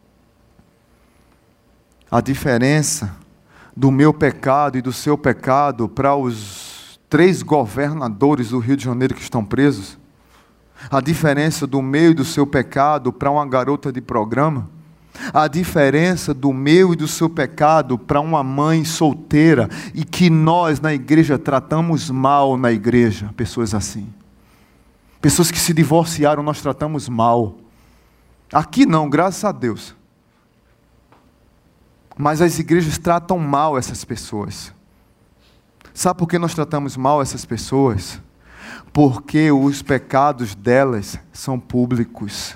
A diferença do meu pecado e do seu pecado para os três governadores do Rio de Janeiro que estão presos, a diferença do meu e do seu pecado para uma garota de programa, a diferença do meu e do seu pecado para uma mãe solteira e que nós na igreja tratamos mal na igreja, pessoas assim, pessoas que se divorciaram nós tratamos mal, aqui não, graças a Deus. Mas as igrejas tratam mal essas pessoas. Sabe por que nós tratamos mal essas pessoas? Porque os pecados delas são públicos.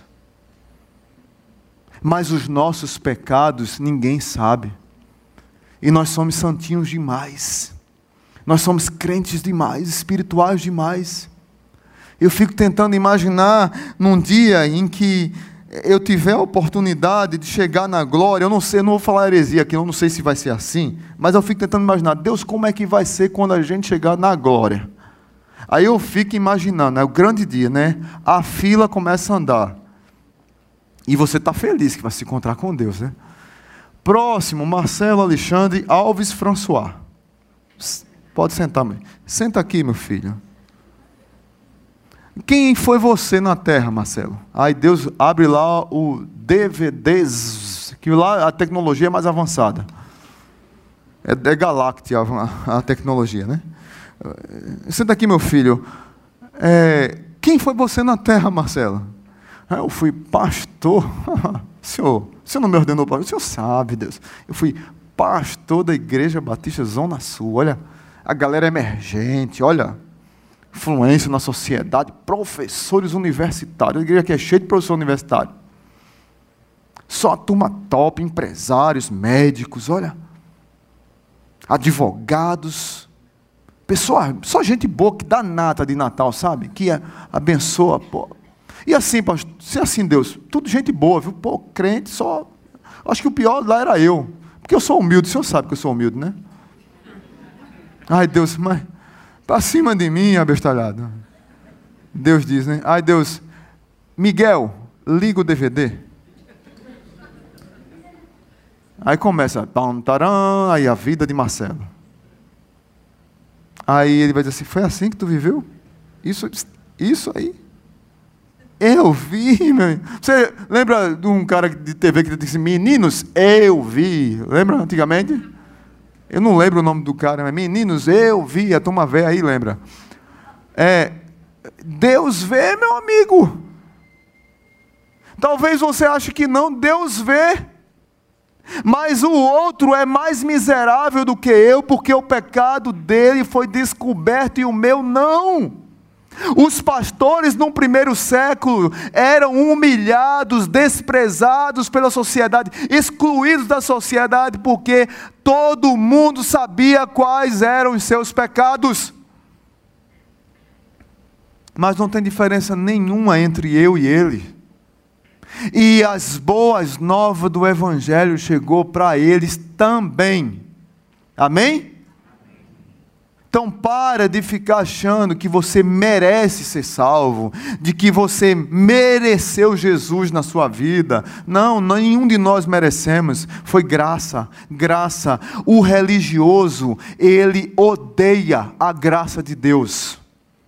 Mas os nossos pecados ninguém sabe. E nós somos santinhos demais. Nós somos crentes demais, espirituais demais. Eu fico tentando imaginar num dia em que eu tiver a oportunidade de chegar na glória, eu não sei, eu não vou falar heresia aqui, eu não sei se vai ser assim, mas eu fico tentando imaginar, Deus, como é que vai ser quando a gente chegar na glória? Aí eu fico imaginando, é o grande dia, né? A fila começa a andar, e você está feliz que vai se encontrar com Deus, né? Próximo, Marcelo Alexandre Alves François. Pode sentar, mãe. Senta aqui, meu filho. Quem foi você na terra, Marcelo? Aí Deus abre lá o D V Ds, que lá a tecnologia é mais avançada. É, é galáctica a, a tecnologia, né? Senta aqui, meu filho. É, quem foi você na terra, Marcelo? Ah, eu fui pastor. senhor, o senhor não me ordenou para... O senhor sabe, Deus. Eu fui pastor da Igreja Batista Zona Sul. Olha, a galera emergente, olha... influência na sociedade, professores universitários, a igreja aqui é cheia de professor universitário, só a turma top, empresários, médicos, olha, advogados, Pessoa, só gente boa que dá nata de Natal, sabe? Que abençoa, pô. E assim, pastor, se assim Deus, tudo gente boa, viu? Pô, crente só... Acho que o pior lá era eu. Porque eu sou humilde, o senhor sabe que eu sou humilde, né? Ai, Deus, mas... Para cima de mim, abestalhado. Deus diz, né? Ai, Deus, Miguel, liga o D V D. Aí começa, tam, taram, aí a vida de Marcelo. Aí ele vai dizer assim, foi assim que tu viveu? Isso, isso aí? Eu vi, meu. Você lembra de um cara de T V que disse, meninos, eu vi. Lembra antigamente? Eu não lembro o nome do cara, mas meninos, eu vi. A turma velha aí, lembra? É, Deus vê, meu amigo. Talvez você ache que não, Deus vê. Mas o outro é mais miserável do que eu, porque o pecado dele foi descoberto e o meu não. Os pastores no primeiro século eram humilhados, desprezados pela sociedade, excluídos da sociedade, porque todo mundo sabia quais eram os seus pecados. Mas não tem diferença nenhuma entre eu e ele. E as boas novas do Evangelho chegou para eles também. Amém? Então para de ficar achando que você merece ser salvo, de que você mereceu Jesus na sua vida. Não, nenhum de nós merecemos, foi graça, graça. O religioso, ele odeia a graça de Deus.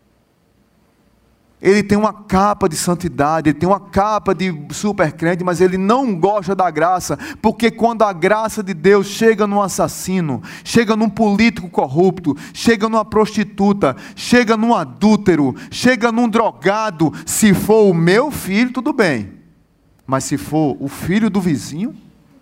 Ele tem uma capa de santidade, ele tem uma capa de super crente, mas ele não gosta da graça, porque quando a graça de Deus chega num assassino, chega num político corrupto, chega numa prostituta, chega num adúltero, chega num drogado, se for o meu filho, tudo bem, mas se for o filho do vizinho,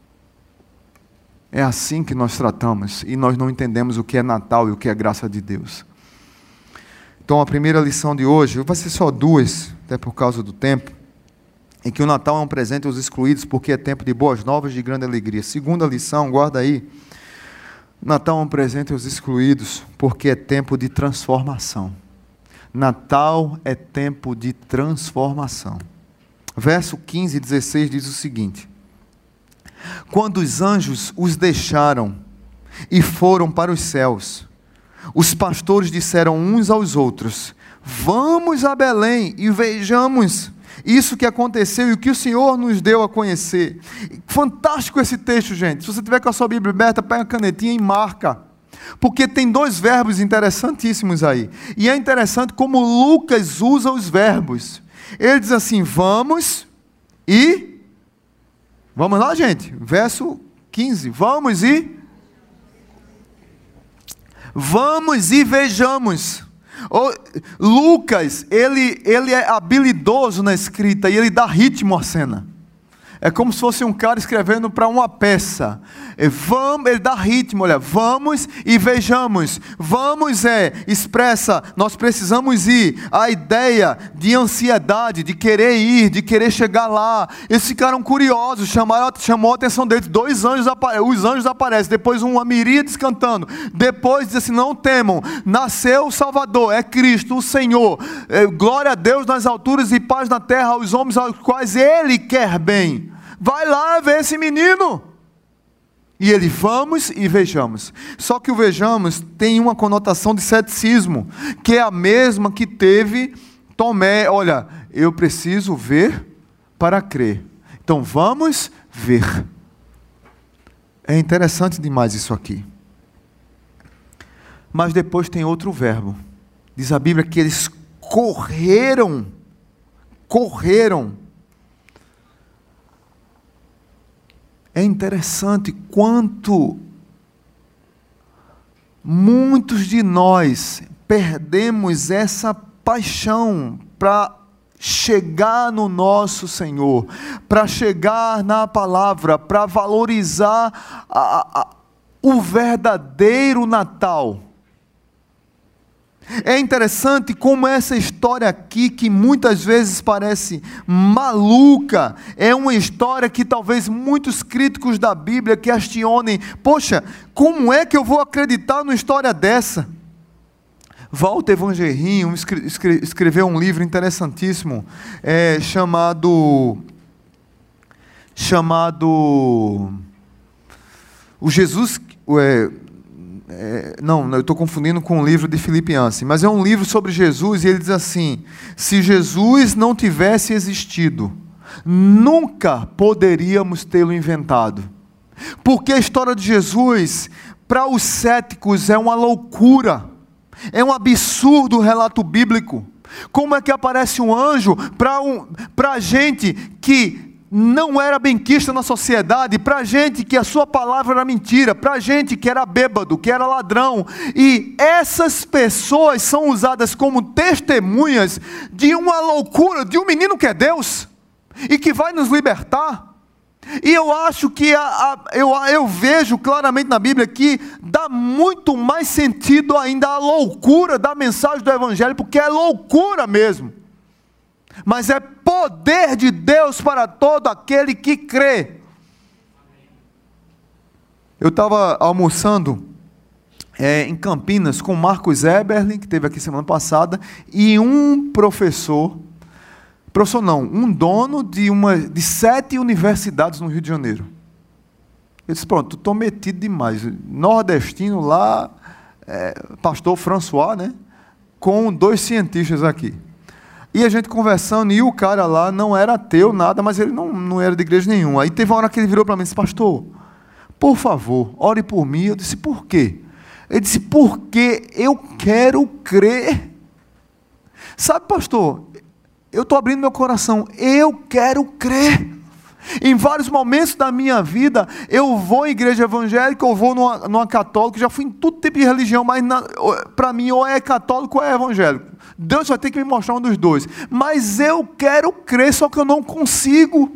é assim que nós tratamos, e nós não entendemos o que é Natal e o que é graça de Deus. Então a primeira lição de hoje, vai ser só duas, até por causa do tempo, é que o Natal é um presente aos excluídos, porque é tempo de boas novas, de grande alegria. Segunda lição, guarda aí, Natal é um presente aos excluídos, porque é tempo de transformação. Natal é tempo de transformação. Verso quinze e dezesseis diz o seguinte, quando os anjos os deixaram e foram para os céus, os pastores disseram uns aos outros, vamos a Belém e vejamos isso que aconteceu e o que o Senhor nos deu a conhecer. Fantástico esse texto, gente. Se você tiver com a sua Bíblia aberta, pega a canetinha e marca. Porque tem dois verbos interessantíssimos aí. E é interessante como Lucas usa os verbos. Ele diz assim, vamos e... Vamos lá, gente. Verso quinze. Vamos e... Vamos e vejamos. O, Lucas, ele, ele é habilidoso na escrita e ele dá ritmo à cena. É como se fosse um cara escrevendo para uma peça. É, vamos, ele dá ritmo, olha, vamos e vejamos. Vamos é, expressa, nós precisamos ir. A ideia de ansiedade, de querer ir, de querer chegar lá. Eles ficaram curiosos, chamaram, chamou a atenção deles. Dois anjos, os anjos aparecem, depois uma miríade cantando. Depois diz assim, não temam, nasceu o Salvador, é Cristo, o Senhor. É, glória a Deus nas alturas e paz na terra aos homens aos quais Ele quer bem. Vai lá ver esse menino. E ele, vamos e vejamos. Só que o vejamos tem uma conotação de ceticismo, que é a mesma que teve Tomé. Olha, eu preciso ver para crer. Então vamos ver. É interessante demais isso aqui. Mas depois tem outro verbo. Diz a Bíblia que eles correram. Correram. É interessante quanto muitos de nós perdemos essa paixão para chegar no nosso Senhor, para chegar na palavra, para valorizar a, a, o verdadeiro Natal. É interessante como essa história aqui, que muitas vezes parece maluca, é uma história que talvez muitos críticos da Bíblia questionem, poxa, como é que eu vou acreditar numa história dessa? Walter Vangerin escreveu um livro interessantíssimo, é, chamado, chamado O Jesus... É, é, não, eu estou confundindo com o livro de Philip Yancey, mas é um livro sobre Jesus, e ele diz assim: se Jesus não tivesse existido, nunca poderíamos tê-lo inventado. Porque a história de Jesus, para os céticos, é uma loucura, é um absurdo o relato bíblico. Como é que aparece um anjo para um, para gente que não era benquista na sociedade, para gente que a sua palavra era mentira, para gente que era bêbado, que era ladrão, e essas pessoas são usadas como testemunhas de uma loucura, de um menino que é Deus, e que vai nos libertar. E eu acho que, a, a, eu, eu vejo claramente na Bíblia que dá muito mais sentido ainda a loucura da mensagem do Evangelho, porque é loucura mesmo, mas é poder de Deus para todo aquele que crê. Eu estava almoçando é, em Campinas com o Marcos Eberlin, que esteve aqui semana passada, e um professor, professor não, um dono de, uma, de sete universidades no Rio de Janeiro. Eu disse, pronto, estou metido demais, nordestino lá, é, pastor François, né, com dois cientistas aqui. E a gente conversando, e o cara lá não era ateu, nada, mas ele não, não era de igreja nenhuma. Aí teve uma hora que ele virou para mim e disse, pastor, por favor, ore por mim. Eu disse, por quê? Ele disse, porque eu quero crer. Sabe, pastor, eu estou abrindo meu coração, eu quero crer. Em vários momentos da minha vida, eu vou em igreja evangélica, eu vou numa, numa católica, já fui em todo tipo de religião, mas para mim ou é católico ou é evangélico. Deus vai ter que me mostrar um dos dois. Mas eu quero crer, só que eu não consigo.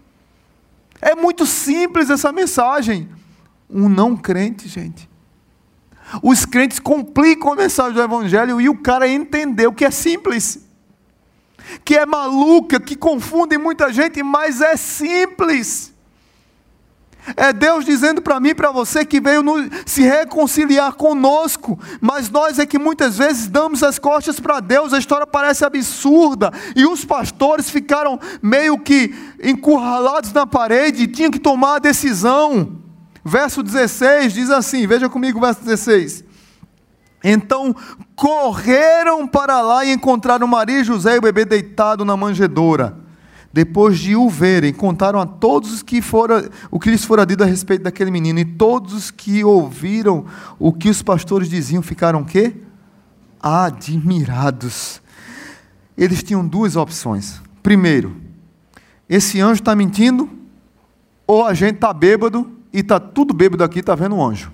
É muito simples essa mensagem. Um não crente, gente. Os crentes complicam a mensagem do Evangelho e o cara entendeu que é simples, que é maluca, que confunde muita gente, mas é simples. É Deus dizendo para mim e para você que veio no, se reconciliar conosco, mas nós é que muitas vezes damos as costas para Deus. A história parece absurda, e os pastores ficaram meio que encurralados na parede, e tinham que tomar a decisão. Verso dezesseis diz assim, veja comigo o verso dezesseis. Então correram para lá e encontraram Maria e José e o bebê deitado na manjedoura. Depois de o verem, contaram a todos os que fora, o que lhes fora dito a respeito daquele menino. E todos os que ouviram o que os pastores diziam ficaram o quê? Admirados. Eles tinham duas opções. Primeiro, esse anjo está mentindo, ou a gente está bêbado, e está tudo bêbado aqui, está vendo um anjo.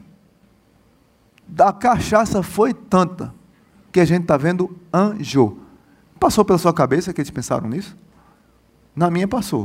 A cachaça foi tanta, que a gente está vendo anjo. Passou pela sua cabeça que eles pensaram nisso? Na minha passou.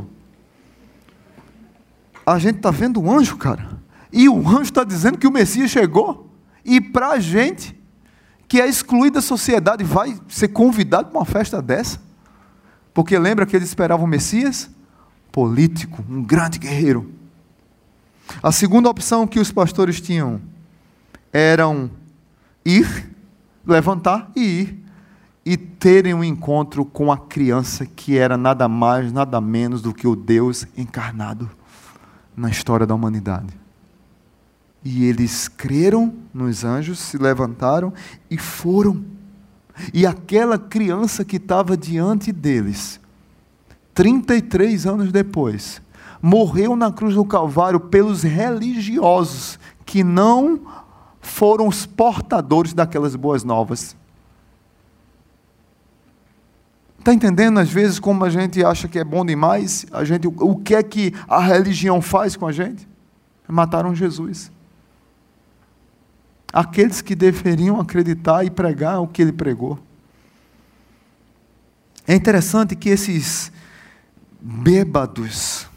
A gente está vendo um anjo, cara. E o anjo está dizendo que o Messias chegou. E para a gente, que é excluído da sociedade, vai ser convidado para uma festa dessa? Porque lembra que eles esperavam o Messias? Político, um grande guerreiro. A segunda opção que os pastores tinham eram ir, levantar e ir, e terem um encontro com a criança que era nada mais, nada menos do que o Deus encarnado na história da humanidade. E eles creram nos anjos, se levantaram e foram. E aquela criança que estava diante deles, trinta e três anos depois, morreu na cruz do Calvário pelos religiosos que não foram os portadores daquelas boas novas. Está entendendo, às vezes, como a gente acha que é bom demais? A gente, o que é que a religião faz com a gente? Mataram Jesus. Aqueles que deveriam acreditar e pregar o que ele pregou. É interessante que esses bêbados,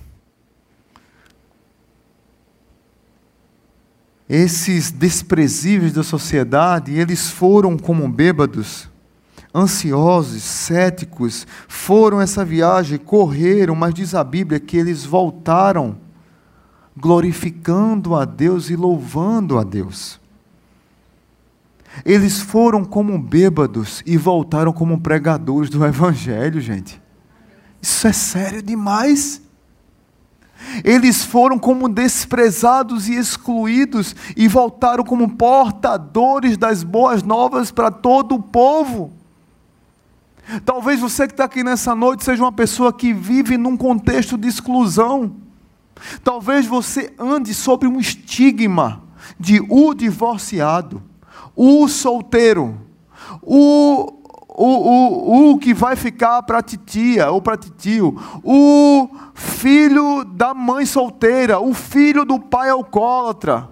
esses desprezíveis da sociedade, eles foram como bêbados, ansiosos, céticos, foram essa viagem, correram, mas diz a Bíblia que eles voltaram glorificando a Deus e louvando a Deus. Eles foram como bêbados e voltaram como pregadores do Evangelho, gente. Isso é sério demais. Eles foram como desprezados e excluídos e voltaram como portadores das boas novas para todo o povo. Talvez você que está aqui nessa noite seja uma pessoa que vive num contexto de exclusão. Talvez você ande sobre um estigma de o divorciado, o solteiro, o, o, o, o que vai ficar para titia ou para titio, o filho da mãe solteira, o filho do pai alcoólatra,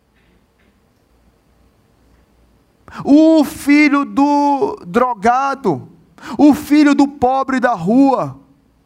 o filho do drogado, o filho do pobre da rua.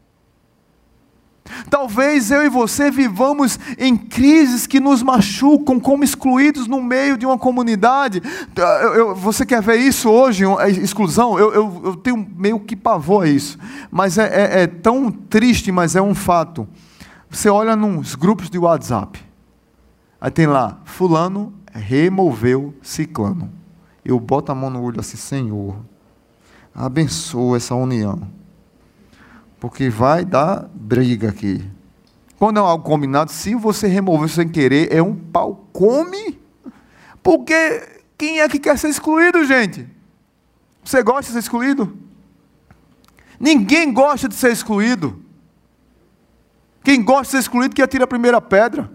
Talvez eu e você vivamos em crises que nos machucam, como excluídos no meio de uma comunidade. Eu, eu, você quer ver isso hoje, exclusão? Eu, eu, eu tenho meio que pavor a isso. Mas é, é, é tão triste, mas é um fato. Você olha nos grupos de WhatsApp. Aí tem lá, fulano removeu ciclano. Eu boto a mão no olho assim, Senhor, abençoa essa união. Porque vai dar briga aqui. Quando é algo combinado, se você remover sem querer, é um pau come. Porque quem é que quer ser excluído, gente? Você gosta de ser excluído? Ninguém gosta de ser excluído. Quem gosta de ser excluído que atira a primeira pedra.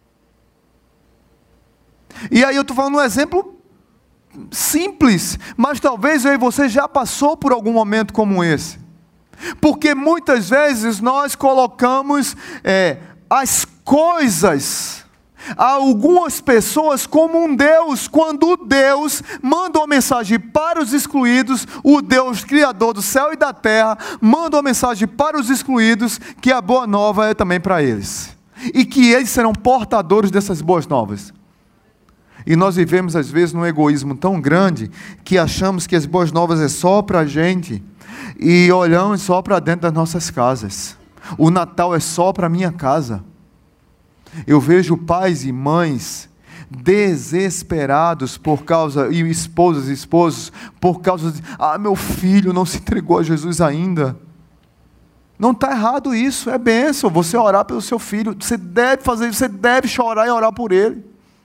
E aí eu estou falando um exemplo simples, mas talvez eu e você já passou por algum momento como esse. Porque muitas vezes nós colocamos é, as coisas, algumas pessoas como um Deus, quando Deus manda uma mensagem para os excluídos, o Deus criador do céu e da terra, manda uma mensagem para os excluídos, que a boa nova é também para eles. E que eles serão portadores dessas boas novas. E nós vivemos às vezes num egoísmo tão grande, que achamos que as boas novas é só para a gente, e olhamos só para dentro das nossas casas. O Natal é só para a minha casa. Eu vejo pais e mães desesperados por causa, e esposas e esposos, por causa de, ah, meu filho não se entregou a Jesus ainda. Não está errado isso, é bênção, você orar pelo seu filho, você deve fazer isso, você deve chorar e orar por ele.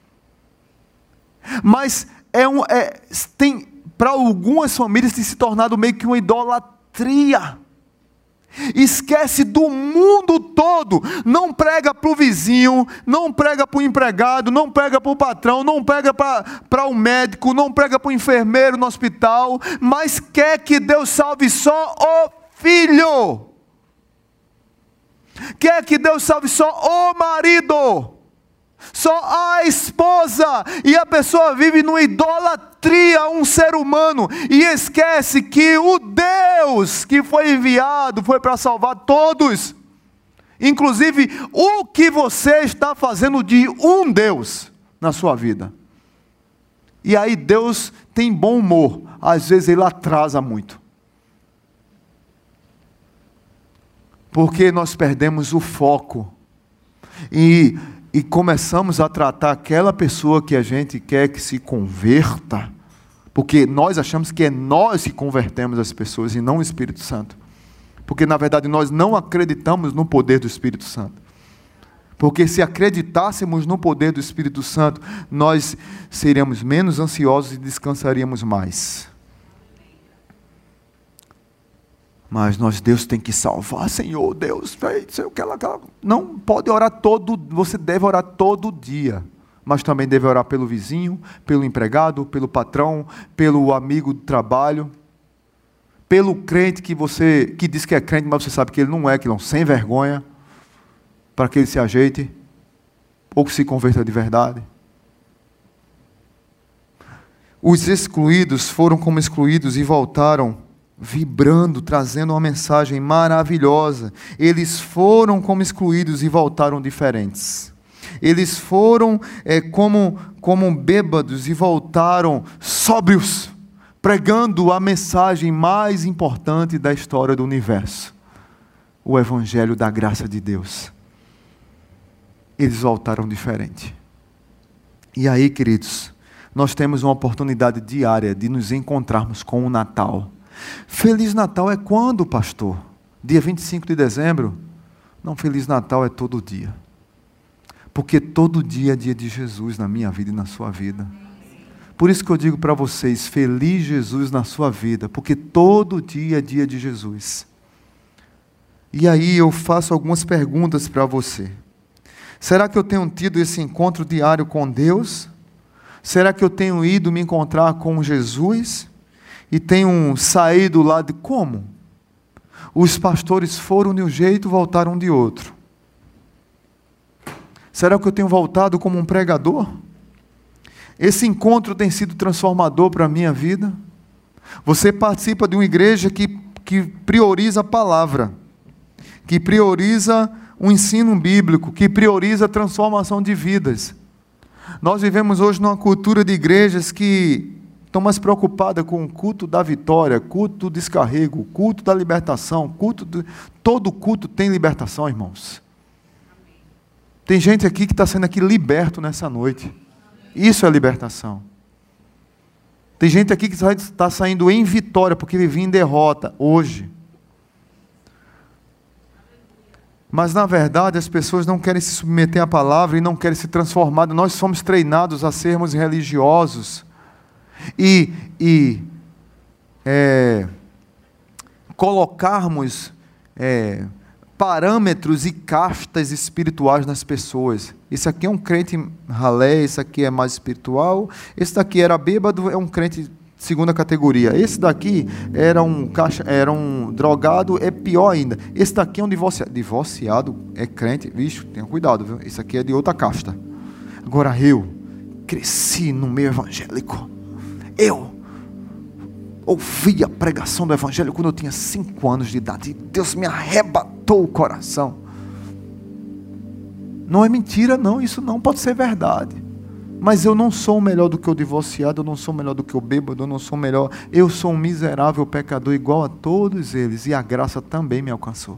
Mas é um, é, tem, para algumas famílias tem se tornado meio que uma idolatria. Esquece do mundo todo, não prega para o vizinho, não prega para o empregado, não prega para o patrão, não prega para o médico, não prega para o enfermeiro no hospital, mas quer que Deus salve só o filho, quer que Deus salve só o marido, só a esposa, e a pessoa vive numa idolatria a um ser humano, e esquece que o Deus que foi enviado foi para salvar todos, inclusive o que você está fazendo de um Deus na sua vida. E aí Deus tem bom humor, às vezes ele atrasa muito, porque nós perdemos o foco, e E começamos a tratar aquela pessoa que a gente quer que se converta, porque nós achamos que é nós que convertemos as pessoas e não o Espírito Santo. Porque na verdade nós não acreditamos no poder do Espírito Santo. Porque se acreditássemos no poder do Espírito Santo, nós seríamos menos ansiosos e descansaríamos mais. Mas nós, Deus tem que salvar, Senhor, Deus, sei o que ela, não pode orar todo, você deve orar todo dia, mas também deve orar pelo vizinho, pelo empregado, pelo patrão, pelo amigo do trabalho, pelo crente que você, que diz que é crente, mas você sabe que ele não é, que ele é um sem vergonha, para que ele se ajeite, ou que se converta de verdade. Os excluídos foram como excluídos e voltaram vibrando, trazendo uma mensagem maravilhosa. Eles foram como excluídos e voltaram diferentes. Eles foram é, como, como bêbados e voltaram sóbrios, pregando a mensagem mais importante da história do universo, o Evangelho da graça de Deus. Eles voltaram diferente. E aí, queridos, nós temos uma oportunidade diária de nos encontrarmos com o Natal. Feliz Natal é quando, pastor? Dia vinte e cinco de dezembro? Não, Feliz Natal é todo dia. Porque todo dia é dia de Jesus na minha vida e na sua vida. Por isso que eu digo para vocês, feliz Jesus na sua vida, porque todo dia é dia de Jesus. E aí eu faço algumas perguntas para você. Será que eu tenho tido esse encontro diário com Deus? Será que eu tenho ido me encontrar com Jesus? E tenho saído lá de como? Os pastores foram de um jeito e voltaram de outro. Será que eu tenho voltado como um pregador? Esse encontro tem sido transformador para a minha vida? Você participa de uma igreja que, que prioriza a palavra, que prioriza o ensino bíblico, que prioriza a transformação de vidas. Nós vivemos hoje numa cultura de igrejas que estão mais preocupadas com o culto da vitória, culto do descarrego, culto da libertação, culto do... todo culto tem libertação, irmãos. Tem gente aqui que está sendo aqui liberto nessa noite. Isso é libertação. Tem gente aqui que está saindo em vitória, porque vivia em derrota, hoje. Mas, na verdade, as pessoas não querem se submeter à palavra e não querem se transformar. Nós somos treinados a sermos religiosos. E, e é, colocarmos é, parâmetros e castas espirituais nas pessoas. Esse aqui é um crente ralé, esse aqui é mais espiritual, esse daqui era bêbado, é um crente segunda categoria, esse daqui era um, caixa, era um drogado, é pior ainda, esse daqui é um divorciado, divorciado é crente, bicho, tenha cuidado, viu? Esse aqui é de outra casta. Agora eu cresci no meio evangélico, eu ouvi a pregação do evangelho quando eu tinha cinco anos de idade, e Deus me arrebatou o coração. Não é mentira não, isso não pode ser verdade, mas eu não sou melhor do que o divorciado, eu não sou melhor do que o bêbado, eu não sou melhor, eu sou um miserável pecador igual a todos eles, e a graça também me alcançou.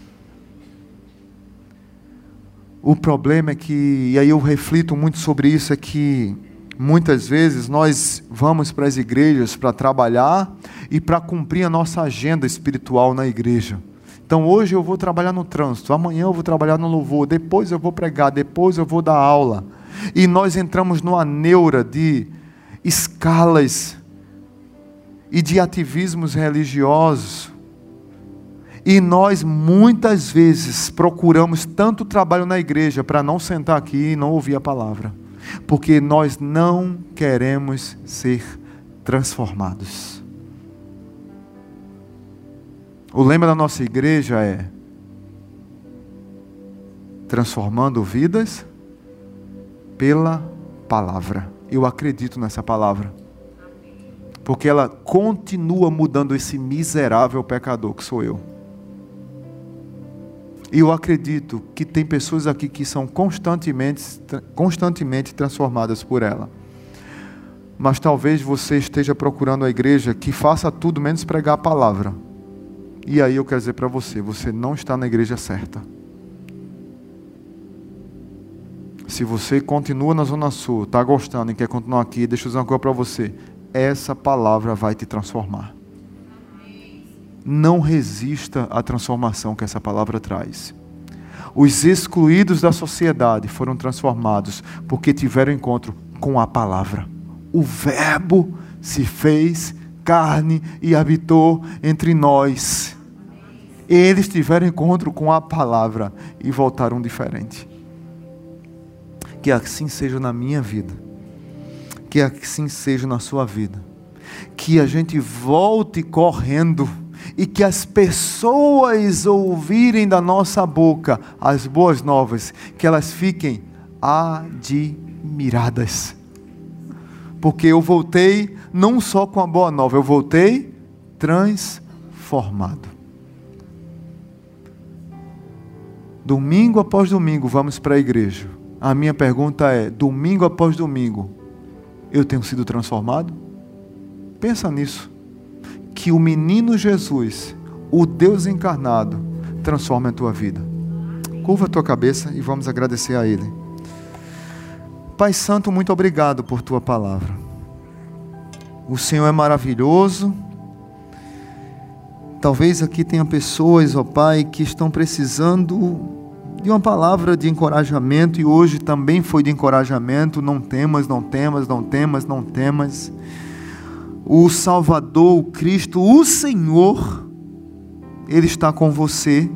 O problema é que, e aí eu reflito muito sobre isso, é que muitas vezes nós vamos para as igrejas para trabalhar e para cumprir a nossa agenda espiritual na igreja. Então hoje eu vou trabalhar no trânsito, amanhã eu vou trabalhar no louvor, depois eu vou pregar, depois eu vou dar aula. E nós entramos numa neura de escalas e de ativismos religiosos. E nós muitas vezes procuramos tanto trabalho na igreja para não sentar aqui e não ouvir a palavra. Porque nós não queremos ser transformados. O lema da nossa igreja é transformando vidas pela palavra. Eu acredito nessa palavra, porque ela continua mudando esse miserável pecador que sou eu. E eu acredito que tem pessoas aqui que são constantemente, constantemente transformadas por ela. Mas talvez você esteja procurando a igreja que faça tudo menos pregar a palavra. E aí eu quero dizer para você, você não está na igreja certa. Se você continua na Zona Sul, está gostando e quer continuar aqui, deixa eu dizer uma coisa para você. Essa palavra vai te transformar. Não resista à transformação que essa palavra traz. Os excluídos da sociedade foram transformados porque tiveram encontro com a palavra. O Verbo se fez carne e habitou entre nós. Eles tiveram encontro com a palavra e voltaram diferente. Que assim seja na minha vida. Que assim seja na sua vida. Que a gente volte correndo e que as pessoas ouvirem da nossa boca as boas novas, que elas fiquem admiradas. Porque eu voltei não só com a boa nova, eu voltei transformado. Domingo após domingo vamos para a igreja. A minha pergunta é, domingo após domingo, eu tenho sido transformado? Pensa nisso. Que o menino Jesus, o Deus encarnado, transforme a tua vida. Curva a tua cabeça e vamos agradecer a Ele. Pai Santo, muito obrigado por Tua palavra. O Senhor é maravilhoso. Talvez aqui tenha pessoas, ó Pai, que estão precisando de uma palavra de encorajamento, e hoje também foi de encorajamento. Não temas, não temas, não temas, não temas. O Salvador, o Cristo, o Senhor, Ele está com você.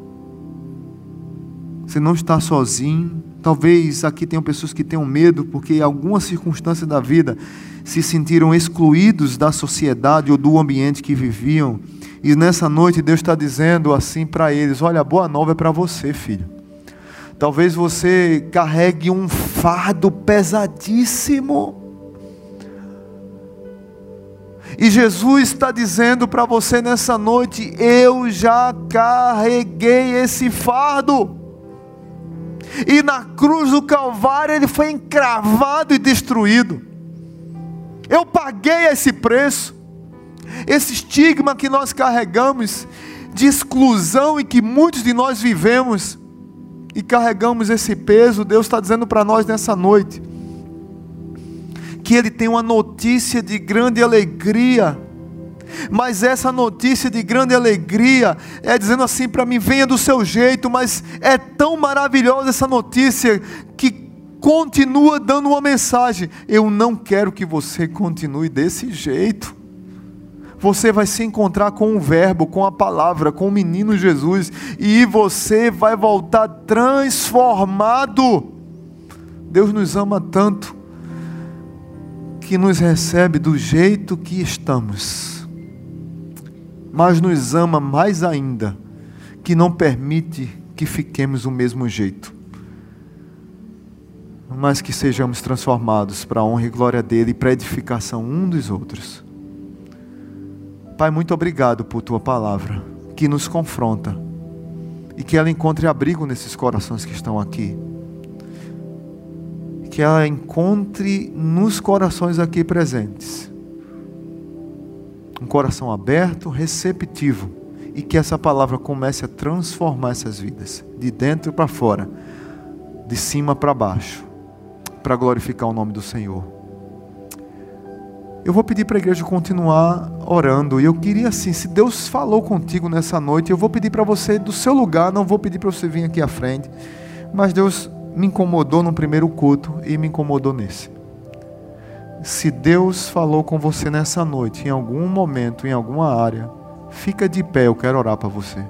Você não está sozinho. Talvez aqui tenham pessoas que tenham medo, porque em algumas circunstâncias da vida se sentiram excluídos da sociedade ou do ambiente que viviam. E nessa noite Deus está dizendo assim para eles: olha, a boa nova é para você, filho. Talvez você carregue um fardo pesadíssimo, e Jesus está dizendo para você nessa noite: eu já carreguei esse fardo, e na cruz do Calvário ele foi encravado e destruído. Eu paguei esse preço. Esse estigma que nós carregamos de exclusão e que muitos de nós vivemos e carregamos esse peso, Deus está dizendo para nós nessa noite que Ele tem uma notícia de grande alegria. Mas essa notícia de grande alegria é dizendo assim para mim: venha do seu jeito. Mas é tão maravilhosa essa notícia que continua dando uma mensagem: eu não quero que você continue desse jeito. Você vai se encontrar com o verbo, com a palavra, com o menino Jesus, e você vai voltar transformado. Deus nos ama tanto que nos recebe do jeito que estamos, mas nos ama mais ainda, que não permite que fiquemos do mesmo jeito, mas que sejamos transformados para a honra e glória dele e para a edificação um dos outros. Pai, muito obrigado por Tua palavra, que nos confronta, e que ela encontre abrigo nesses corações que estão aqui, que ela encontre nos corações aqui presentes um coração aberto, receptivo, e que essa palavra comece a transformar essas vidas, de dentro para fora, de cima para baixo, para glorificar o nome do Senhor. Eu vou pedir para a igreja continuar orando, e eu queria assim, se Deus falou contigo nessa noite, eu vou pedir para você do seu lugar, não vou pedir para você vir aqui à frente, mas Deus me incomodou no primeiro culto e me incomodou nesse. Se Deus falou com você nessa noite, em algum momento, em alguma área, fica de pé, eu quero orar para você.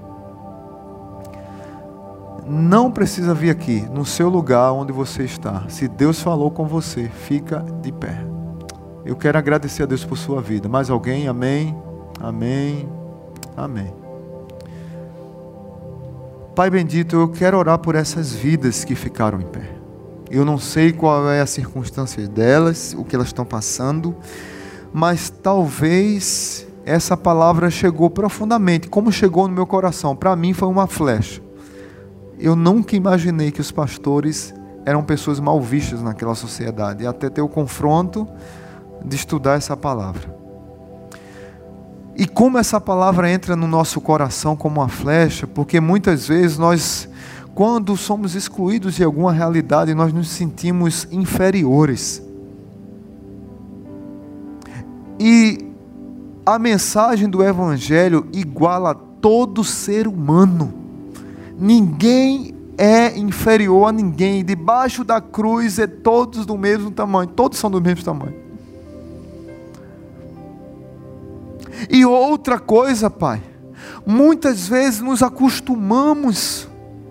Não precisa vir aqui, no seu lugar onde você está. Se Deus falou com você, fica de pé. Eu quero agradecer a Deus por sua vida. Mais alguém? Amém, amém, amém. Pai bendito, eu quero orar por essas vidas que ficaram em pé. Eu não sei qual é a circunstância delas, o que elas estão passando, mas talvez essa palavra chegou profundamente, como chegou no meu coração. Para mim foi uma flecha. Eu nunca imaginei que os pastores eram pessoas mal vistas naquela sociedade, e até ter o confronto de estudar essa palavra. E como essa palavra entra no nosso coração como uma flecha, porque muitas vezes nós, quando somos excluídos de alguma realidade, nós nos sentimos inferiores. E a mensagem do Evangelho iguala todo ser humano. Ninguém é inferior a ninguém. Debaixo da cruz é todos do mesmo tamanho. Todos são do mesmo tamanho. E outra coisa, Pai, muitas vezes nos acostumamos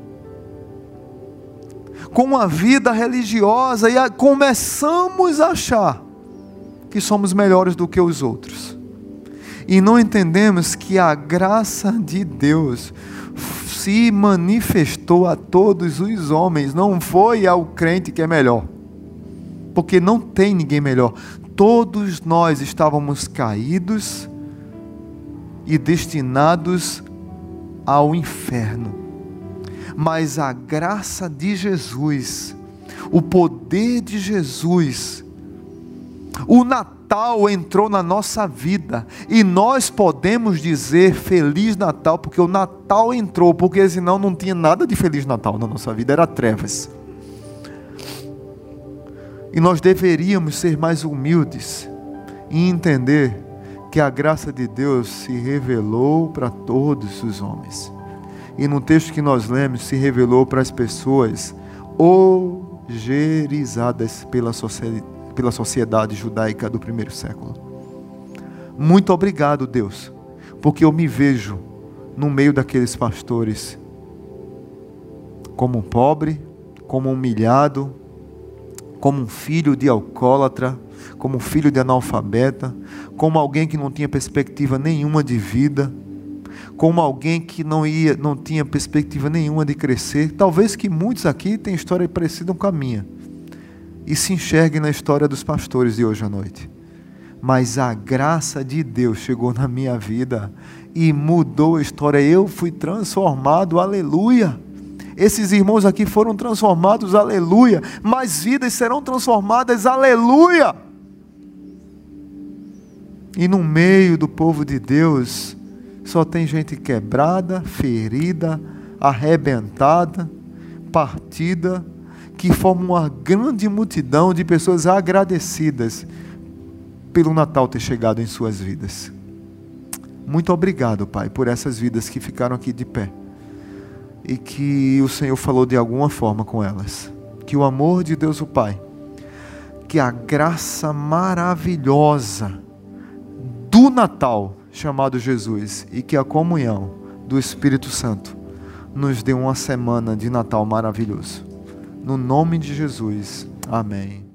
com a vida religiosa e a, começamos a achar que somos melhores do que os outros. E não entendemos que a graça de Deus se manifestou a todos os homens, não foi ao crente que é melhor, porque não tem ninguém melhor. Todos nós estávamos caídos e destinados ao inferno, mas a graça de Jesus, o poder de Jesus, o Natal entrou na nossa vida, e nós podemos dizer Feliz Natal, porque o Natal entrou, porque senão não tinha nada de Feliz Natal na nossa vida, era trevas. E nós deveríamos ser mais humildes e entender que a graça de Deus se revelou para todos os homens. E no texto que nós lemos, se revelou para as pessoas ojerizadas pela sociedade, pela sociedade judaica do primeiro século. Muito obrigado, Deus, porque eu me vejo no meio daqueles pastores como um pobre, como um humilhado, como um filho de alcoólatra, como um filho de analfabeta, como alguém que não tinha perspectiva nenhuma de vida, como alguém que não, ia, não tinha perspectiva nenhuma de crescer. Talvez que muitos aqui tenham história parecida com a minha, e se enxerguem na história dos pastores de hoje à noite. Mas a graça de Deus chegou na minha vida e mudou a história. Eu fui transformado, aleluia. Esses irmãos aqui foram transformados, aleluia. Mais vidas serão transformadas, aleluia. E no meio do povo de Deus, só tem gente quebrada, ferida, arrebentada, partida, que forma uma grande multidão de pessoas agradecidas pelo Natal ter chegado em suas vidas. Muito obrigado, Pai, por essas vidas que ficaram aqui de pé. E que o Senhor falou de alguma forma com elas. Que o amor de Deus o Pai, que a graça maravilhosa do Natal, chamado Jesus, e que a comunhão do Espírito Santo nos dê uma semana de Natal maravilhoso. No nome de Jesus, amém.